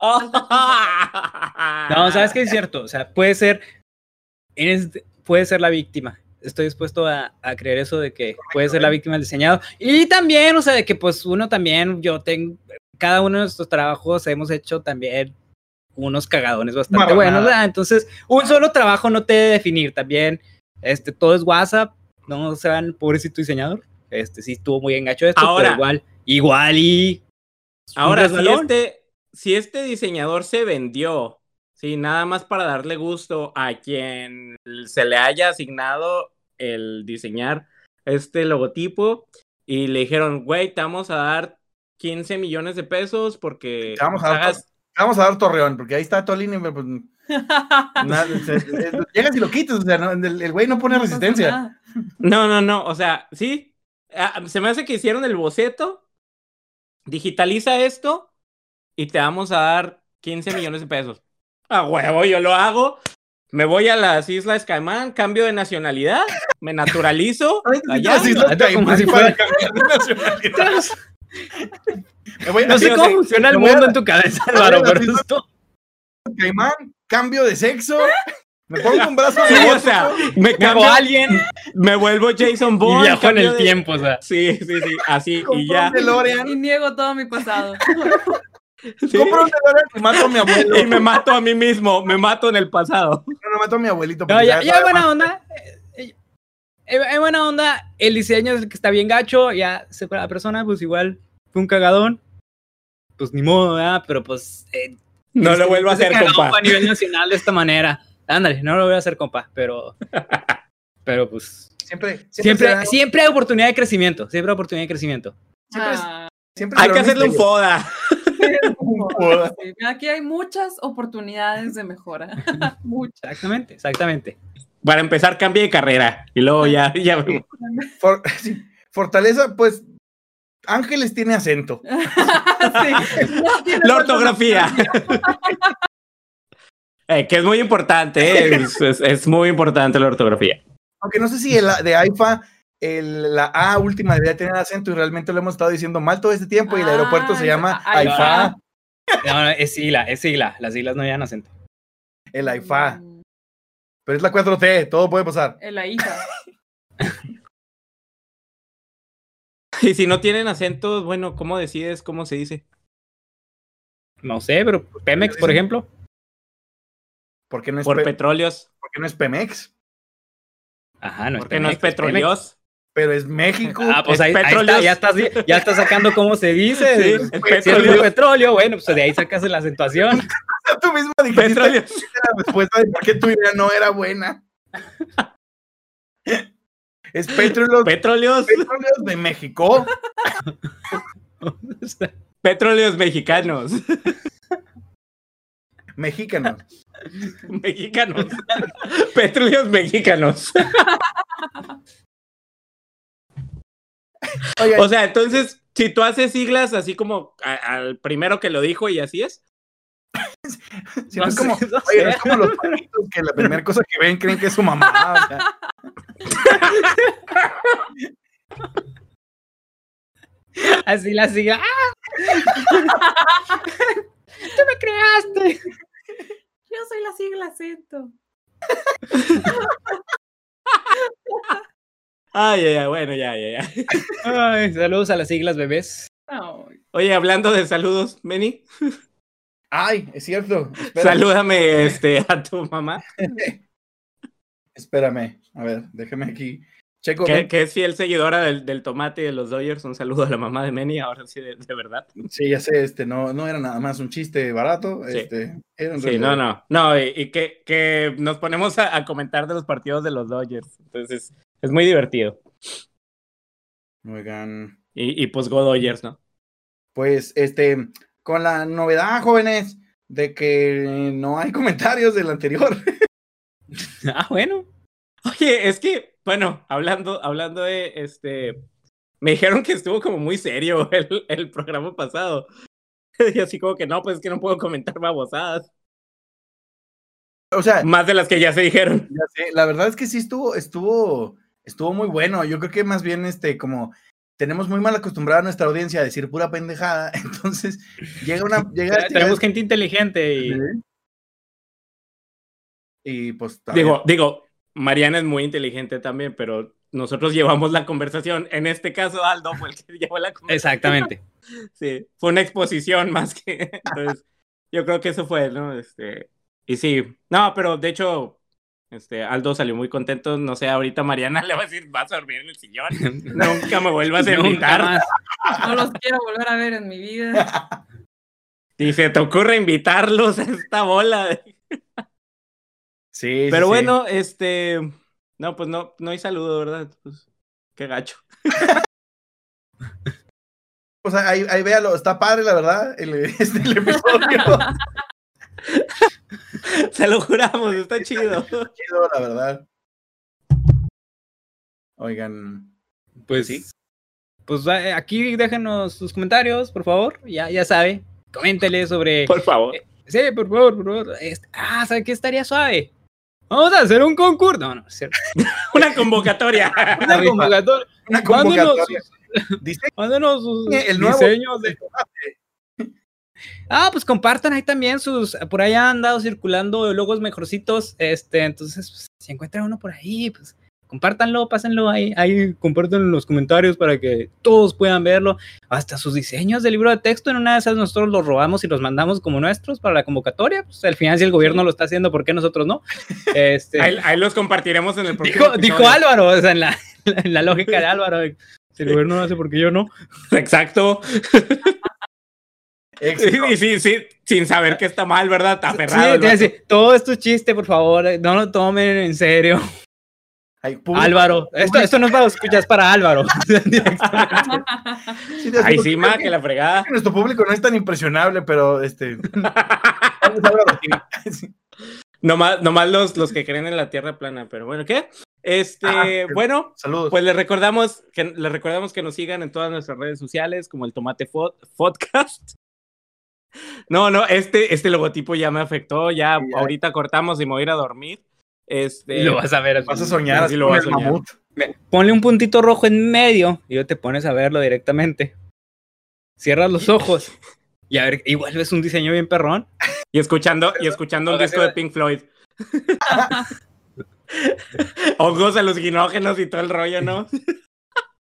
No, ¿sabes qué es cierto? O sea, puede ser... Eres, puede ser la víctima. Estoy dispuesto a, a creer eso de que puede ser la víctima del diseñador. Y también, o sea, de que pues uno también, yo tengo... Cada uno de nuestros trabajos hemos hecho también unos cagadones bastante Marranada. buenos, ¿verdad? Entonces, un solo trabajo no te debe definir. También, este, todo es WhatsApp. No sean pobrecito diseñador. Este, sí estuvo muy engacho esto, Ahora- pero igual, igual y... Ahora, un si resbalón. este, si este diseñador se vendió, sí, nada más para darle gusto a quien se le haya asignado el diseñar este logotipo y le dijeron, güey, te vamos a dar quince millones de pesos porque Te vamos a nos dar hagas... Te vamos a dar Torreón, porque ahí está Tolini, pues, nada, se- se- llegas y lo quitas, o sea, no, el el güey no pone no pasa resistencia. nada. No, no, no, o sea, sí, ah, se me hace que hicieron el boceto, digitaliza esto y te vamos a dar quince millones de pesos. A huevo, yo lo hago. Me voy a las Islas Caimán, cambio de nacionalidad, me naturalizo No necesito allá. las Islas anda como Caimán si para fuera- cambiar de nacionalidad. Me voy a No las sé Sí, o cómo sea, funciona el me voy a mundo la- en tu cabeza, Álvaro, pero Islas esto... Caimán, cambio de sexo, me pongo un brazo Sí, robótico. o sea, me Me hago cambio, alguien me vuelvo Jason y Bourne. viajo en cambio el de- tiempo, o sea. Sí, sí, sí, así Compro y ya. un DeLorean, Y niego todo mi pasado. Sí. compro un DeLorean y mato a mi abuelo. Y me mato a mí mismo, me mato en el pasado. No, no, mato a mi abuelito. No, porque ya, ya ya sabe buena más. onda. eh, eh, En buena onda, el diseño es el que está bien gacho, ya se fue la persona, pues igual fue un cagadón. Pues ni modo, ¿verdad? Pero pues... eh, No este, lo vuelvo a ese hacer, cagado compa. fue a nivel nacional de esta manera. Ándale, no lo voy a hacer, compa, pero... Pero pues... Siempre, siempre, Siempre, será- siempre hay oportunidad de crecimiento, siempre hay oportunidad de crecimiento. siempre, es- Ah, siempre Hay será que un hacerle un misterio. foda. Un foda. sí, aquí hay muchas oportunidades de mejora. Muchas. Exactamente, exactamente. Para empezar, cambie de carrera. Y luego ya, ya. For- sí, Fortaleza, pues Ángeles tiene acento. Sí, no tiene La falta ortografía. Eh, que es muy importante, eh, es, es- es muy importante la ortografía. Aunque no sé si el de AIFA, el- la A última debería tener acento y realmente lo hemos estado diciendo mal todo este tiempo y el aeropuerto se Ah, llama ah, AIFA. No, no, es sigla, es sigla. Las siglas no llevan acento. El AIFA. Mm, Pero es la cuatro T, todo puede pasar. en la hija. Y si no tienen acentos, bueno, ¿cómo decides cómo se dice? No sé, pero Pemex, por ejemplo. ¿Por qué no es, Por Pe- petróleos. ¿por qué no es Pemex? Ajá, no ¿Por es qué no es Pemex, petróleos? Pero es México. Ah, pues Es ahí, ahí petróleos. está, ya estás, ya estás sacando cómo se dice. Sí, Si es es de petróleos. petróleo, bueno, pues de ahí sacas la acentuación. Tú mismo dijiste Petróleos. la respuesta de por qué tu idea no era buena. Es Petróleos, Petróleos. Petróleos de México. Petróleos mexicanos. Mexicano. Mexicanos. Petróleos mexicanos. Oigan, O sea, entonces, si tú haces siglas así como a- al primero que lo dijo y así es. si no no es como, sé, no oye, no sé. es como los perritos que la primera cosa que ven creen que es su mamá. O sea, Así la sigue. ¡Ah! ¡Tú me creaste! Yo soy la sigla acento. Ay, ay, ay, bueno, ya, ya, ya. Ay, saludos a las siglas, bebés. No, Oye, hablando de saludos, Meni, ay, es cierto. Espera, salúdame este, a tu mamá, espérame. A ver, déjame aquí. Checo. que, ven. que es fiel seguidora del, del tomate y de los Dodgers. Un saludo a la mamá de Meni, ahora sí, de, de verdad. Sí, ya sé, este, no, no era nada más un chiste barato. Sí. Este, era en Sí, no, realidad- no, no, y, y que, que nos ponemos a, a comentar de los partidos de los Dodgers. Entonces, es muy divertido. Oigan, Y, y pues Go Dodgers, ¿no? pues, este, con la novedad, jóvenes, de que no hay comentarios del anterior. Ah, bueno. Oye, es que, bueno, hablando, hablando de este, me dijeron que estuvo como muy serio el, el programa pasado. Y así como que no, pues es que no puedo comentar babosadas. O sea, Más de las que ya se dijeron. ya sé, la verdad es que sí estuvo, estuvo, estuvo muy bueno. Yo creo que más bien, este, como tenemos muy mal acostumbrada a nuestra audiencia a decir pura pendejada, entonces llega una, llega, Ya tenemos gente inteligente y. y pues a Digo, ver, digo, Mariana es muy inteligente también, pero nosotros llevamos la conversación. En este caso, Aldo fue el que llevó la conversación. Exactamente. Sí, fue una exposición más que. Entonces, yo creo que eso fue, ¿no? Este, y sí, no, pero de hecho, este, Aldo salió muy contento. No sé, ahorita Mariana le va a decir, vas a dormir en el sillón. Nunca me vuelvas a Nunca invitar. más. no los quiero volver a ver en mi vida. Y se te ocurre invitarlos a esta bola. sí, sí, Pero sí. bueno, este. No, pues no, no hay saludo, ¿verdad? Pues, qué gacho. O sea, ahí, ahí véalo, está padre, la verdad, el, este, el episodio. Se lo juramos, está chido. Chido, la verdad. Oigan, Pues sí. Pues eh, aquí déjenos sus comentarios, por favor. Ya, ya sabe. Coméntele sobre. Por favor. Sí, por favor, por favor. Este- Ah, ¿sabe qué estaría suave? Vamos a hacer un concurso. No, no, es cierto. Una convocatoria. Una convocatoria. una Mándenos convocatoria. sus, Dice mándenos sus el nuevo diseños de. Ah, pues compartan ahí también sus. Por ahí han andado circulando logos mejorcitos. Este, entonces, pues, si encuentran uno por ahí, pues compártanlo, pásenlo ahí, ahí compartan en los comentarios para que todos puedan verlo. Hasta sus diseños de libro de texto, en una de esas nosotros los robamos y los mandamos como nuestros para la convocatoria. Pues al final, si el gobierno lo está haciendo, ¿por qué nosotros no? Este, Ahí, ahí los compartiremos en el próximo dijo, dijo episodio. Álvaro, o sea, en la, en la lógica de Álvaro. Si el gobierno lo hace, ¿por qué yo no? Exacto. éxito. Y sí, sí, sin saber que está mal, ¿verdad? Está Sí, aferrado. el te vato. dice, todo esto es chiste, por favor, no lo tomen en serio. Ay, público- Álvaro, esto, esto no es para escuchar, es para Álvaro. Ah, Sí, te Ay, aseguro sí, que- ma, que la fregada. que nuestro público no es tan impresionable, pero este. Vamos a hablar así. Sí. Nomás, nomás los, los que creen en la tierra plana, pero bueno, ¿qué? Este, Ah, qué- bueno, Saludos. pues les recordamos que les recordamos que nos sigan en todas nuestras redes sociales, como el Tomate Fo- Podcast. No, no, este, este logotipo ya me afectó, ya, Sí, ya. ahorita cortamos y me voy a ir a dormir. Este, Y lo vas a ver. Vas a soñar sí así lo con vas el a soñar. mamut. Ponle un puntito rojo en medio y yo te pones a verlo directamente. Cierras los ojos y a ver, igual ves un diseño bien perrón. Y escuchando, y escuchando un Hágase disco de la- Pink Floyd. Hongos alucinógenos y todo el rollo, ¿no?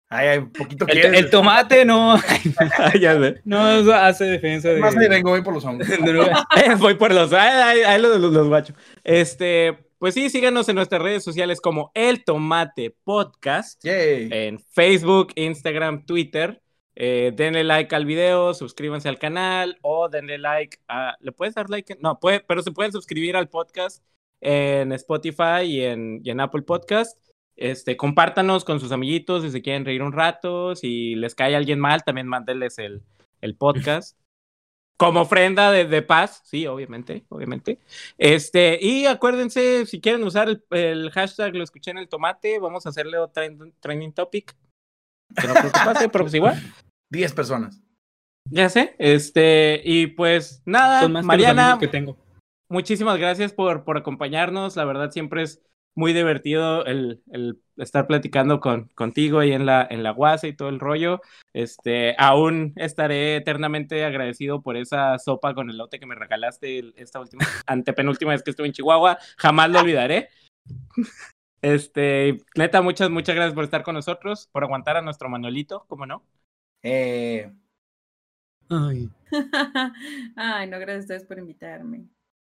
Ay, ay, poquito El, quieres. el tomate no, Ya sé. no hace defensa de... Más ahí vengo, voy por los hongos. de drogas. Voy por los, ahí, ahí, ahí los, los, los guacho. Este, pues sí, síganos en nuestras redes sociales como El Tomate Podcast, Yay. en Facebook, Instagram, Twitter. Eh, denle like al video, suscríbanse al canal o denle like a... ¿Le puedes dar like? No, puede, pero se pueden suscribir al podcast en Spotify y en, y en Apple Podcast. Este, compártanos con sus amiguitos si se quieren reír un rato. Si les cae alguien mal, también mándenles el, el podcast. Como ofrenda de, de paz, sí, obviamente, obviamente. Este, y acuérdense, si quieren usar el, el hashtag lo escuché en el tomate, vamos a hacerle otro trend, trending topic. Que no creo que pase, pero pues igual. Diez personas. Ya sé, este, y pues nada, Son más que los Mariana, amigos que tengo. muchísimas gracias por, por acompañarnos. La verdad, siempre es muy divertido el, el estar platicando con, contigo ahí en la, en la U A S y todo el rollo. Este, aún estaré eternamente agradecido por esa sopa con elote que me regalaste el- esta última, antepenúltima vez que estuve en Chihuahua. Jamás lo olvidaré. Este, neta, muchas, muchas gracias por estar con nosotros, por aguantar a nuestro Manuelito, ¿cómo no? Eh, Ay. Ay, no, gracias a ustedes por invitarme.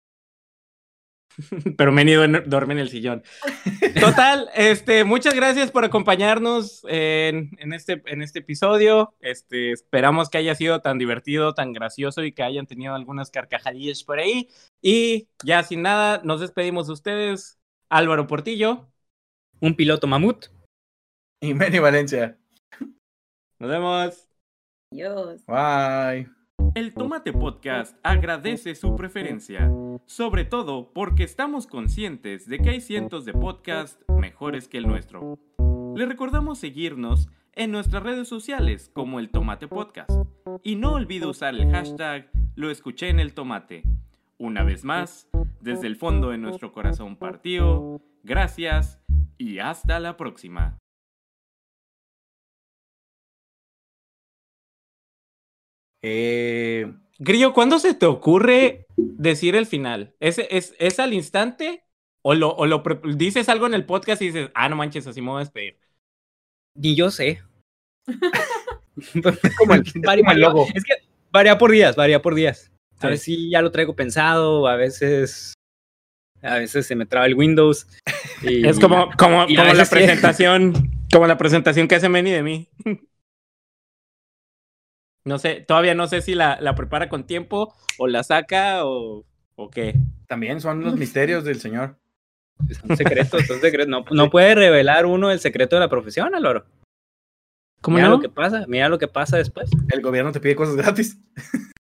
Pero me he ido, en- duerme en el sillón. Total, este, muchas gracias por acompañarnos en, en este, en este episodio. Este, esperamos que haya sido tan divertido, tan gracioso y que hayan tenido algunas carcajadillas por ahí. Y ya sin nada, nos despedimos de ustedes. Álvaro Portillo, Un piloto mamut. y Manny Valencia. nos vemos. Dios. Bye. El Tomate Podcast agradece su preferencia, sobre todo porque estamos conscientes de que hay cientos de podcasts mejores que el nuestro. Les recordamos seguirnos en nuestras redes sociales como El Tomate Podcast y no olvide usar el hashtag Lo escuché en el tomate. Una vez más, desde el fondo de nuestro corazón partido, gracias y hasta la próxima. Eh, Grillo, ¿cuándo se te ocurre decir el final? ¿Es, es, es al instante? ¿O lo, o lo pre- dices algo en el podcast y dices, ah, no manches, así me voy a despedir? Ni yo sé. como el, Varía- como el logo. Es que varía por días, varía por días. A Sí. veces sí ya lo traigo pensado, a veces a veces se me traba el Windows. Y, Es como, como, y a como la veces sí. presentación, como la presentación que hace Manny de mí. No sé, todavía no sé si la, la prepara con tiempo o la saca o, o qué. También son los misterios del señor. son secretos, son secretos. No, no puede revelar uno el secreto de la profesión, Álvaro. ¿Cómo Mira no? lo que pasa, mira lo que pasa después. El gobierno te pide cosas gratis.